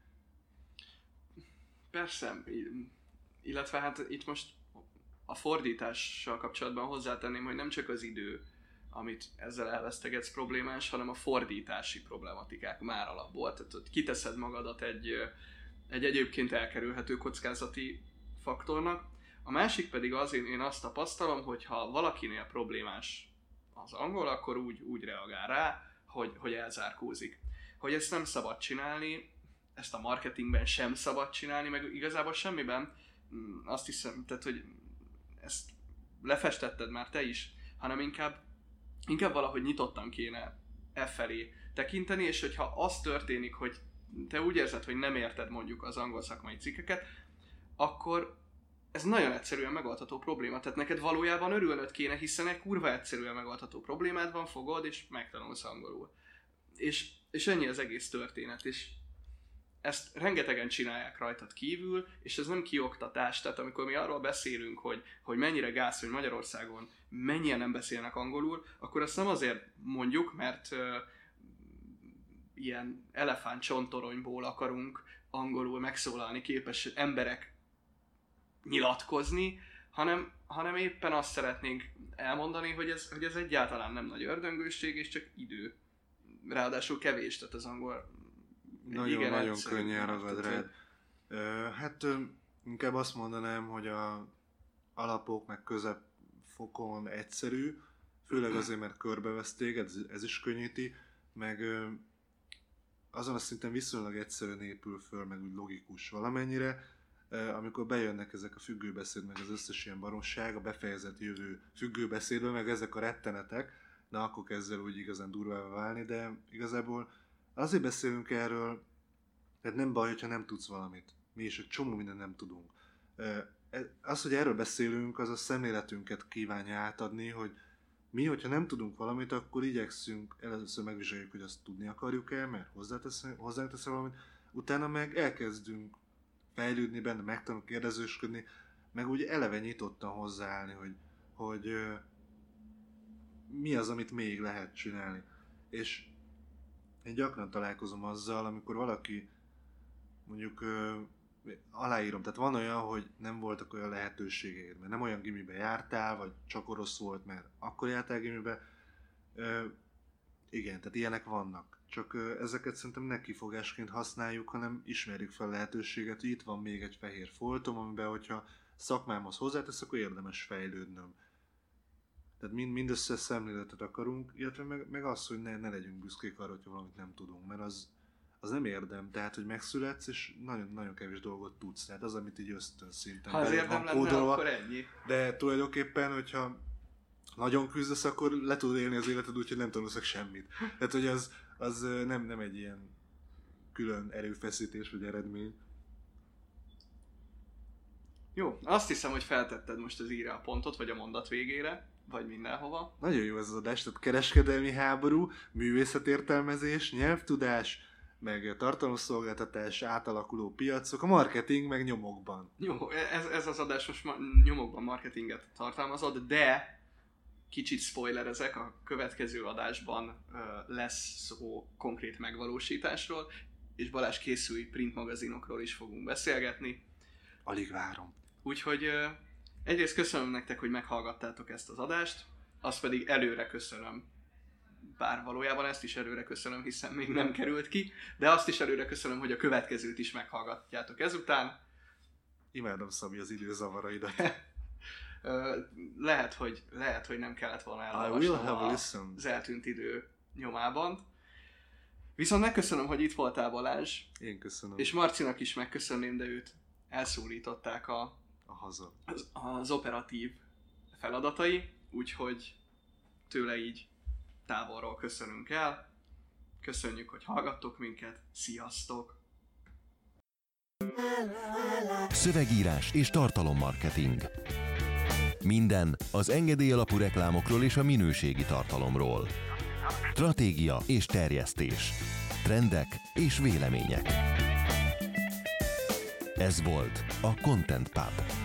Persze, illetve hát itt most a fordítással kapcsolatban hozzátenném, hogy nem csak az idő, amit ezzel elvesztegetsz problémás, hanem a fordítási problematikák már alapból. Tehát hogy kiteszed magadat egy, egy egyébként elkerülhető kockázati faktornak. A másik pedig az, én, én azt tapasztalom, hogy ha valakinél problémás az angol, akkor úgy, úgy reagál rá, hogy, hogy elzárkózik. Hogy ezt nem szabad csinálni, ezt a marketingben sem szabad csinálni, meg igazából semmiben. Azt hiszem, tehát, hogy ezt lefestetted már te is, hanem inkább, inkább valahogy nyitottan kéne e felé tekinteni, és hogyha az történik, hogy te úgy érzed, hogy nem érted mondjuk az angol szakmai cikkeket, akkor ez nagyon egyszerűen megoldható probléma. Tehát neked valójában örülnöd kéne, hiszen egy kurva egyszerűen megoldható problémád van, fogod és megtanulsz angolul. És, és ennyi az egész történet, és ezt rengetegen csinálják rajtad kívül, és ez nem kioktatás. Tehát amikor mi arról beszélünk, hogy, hogy mennyire gáz, hogy Magyarországon mennyien nem beszélnek angolul, akkor ezt nem azért mondjuk, mert uh, ilyen elefántcsontoronyból akarunk angolul megszólalni képes emberek nyilatkozni, hanem, hanem éppen azt szeretnénk elmondani, hogy ez, hogy ez egyáltalán nem nagy ördöngőség, és csak idő. Ráadásul kevés, tehát az angol nagyon-nagyon könnyen ragad rád. Hát inkább azt mondanám, hogy a alapok meg középfokon egyszerű, főleg azért, mert körbevesz téged, ez, ez is könnyíti, meg azon a szinten viszonylag egyszerűen épül föl, meg úgy logikus valamennyire, amikor bejönnek ezek a függőbeszéd, meg az összes ilyen baromság, a befejezett jövő függőbeszédből, meg ezek a rettenetek, na akkor kezd el úgy igazán durvává válni, de igazából azért beszélünk erről, tehát nem baj, hogyha nem tudsz valamit. Mi is egy csomó mindent nem tudunk. Az, hogy erről beszélünk, az a szemléletünket kívánja átadni, hogy mi, hogyha nem tudunk valamit, akkor igyekszünk, először megvizsgáljuk, hogy azt tudni akarjuk-e, mert hozzánk tesz valamit, utána meg elkezdünk fejlődni benne, megtanulni, kérdezősködni, meg úgy eleve nyitottan hozzáállni, hogy, hogy mi az, amit még lehet csinálni. És én gyakran találkozom azzal, amikor valaki mondjuk ö, aláírom, tehát van olyan, hogy nem voltak olyan lehetőségeid, mert nem olyan gimibe jártál, vagy csak orosz volt, mert akkor jártál gimibe. Ö, igen, tehát ilyenek vannak. Csak ö, ezeket szerintem ne kifogásként használjuk, hanem ismerjük fel a lehetőséget, hogy itt van még egy fehér foltom, amiben, hogyha szakmámhoz hozzátesz, akkor érdemes fejlődnöm. Tehát mind, mindössze szemléletet akarunk, illetve meg, meg az, hogy ne, ne legyünk büszkék arra, hogyha valamit nem tudunk, mert az, az nem érdem. Tehát, hogy megszületsz, és nagyon, nagyon kevés dolgot tudsz. Tehát az, amit így ösztön szinten Ha az érdem lenne, kódolva, akkor ennyi. De tulajdonképpen, hogyha nagyon küzdesz, akkor le tudod élni az életed úgy, hogy nem tanulsz semmit. Tehát, hogy az, az nem, nem egy ilyen külön erőfeszítés vagy eredmény. Jó, azt hiszem, hogy feltetted most az íre a pontot, vagy a mondat végére, vagy mindenhova. Nagyon jó ez az adás, tehát kereskedelmi háború, művészetértelmezés, nyelvtudás, meg tartalomszolgáltatás, átalakuló piacok, a marketing meg nyomokban. Jó, ez, ez az adás most ma, nyomokban marketinget tartalmazott, de kicsit spoilerezek, a következő adásban uh, lesz szó konkrét megvalósításról, és Balázs készülj print magazinokról is fogunk beszélgetni. Alig várom. Úgyhogy uh, egyrészt köszönöm nektek, hogy meghallgattátok ezt az adást, azt pedig előre köszönöm. Bár valójában ezt is előre köszönöm, hiszen még nem került ki, de azt is előre köszönöm, hogy a következőt is meghallgatjátok ezután. Imádom, Szabi, az időzavaraidat. lehet, hogy, lehet, hogy nem kellett volna elolvasnom az eltűnt idő nyomában. Viszont megköszönöm, hogy itt voltál, Balázs. Én köszönöm. És Marcinak is megköszönném, de őt elszólították a, a haza. Az, az operatív feladatai, úgyhogy tőle így távolról köszönünk el. Köszönjük, hogy hallgattok minket. Sziasztok! Szövegírás és tartalommarketing. Minden az engedély alapú reklámokról és a minőségi tartalomról. Stratégia és terjesztés. Trendek és vélemények. Ez volt a Content Pub.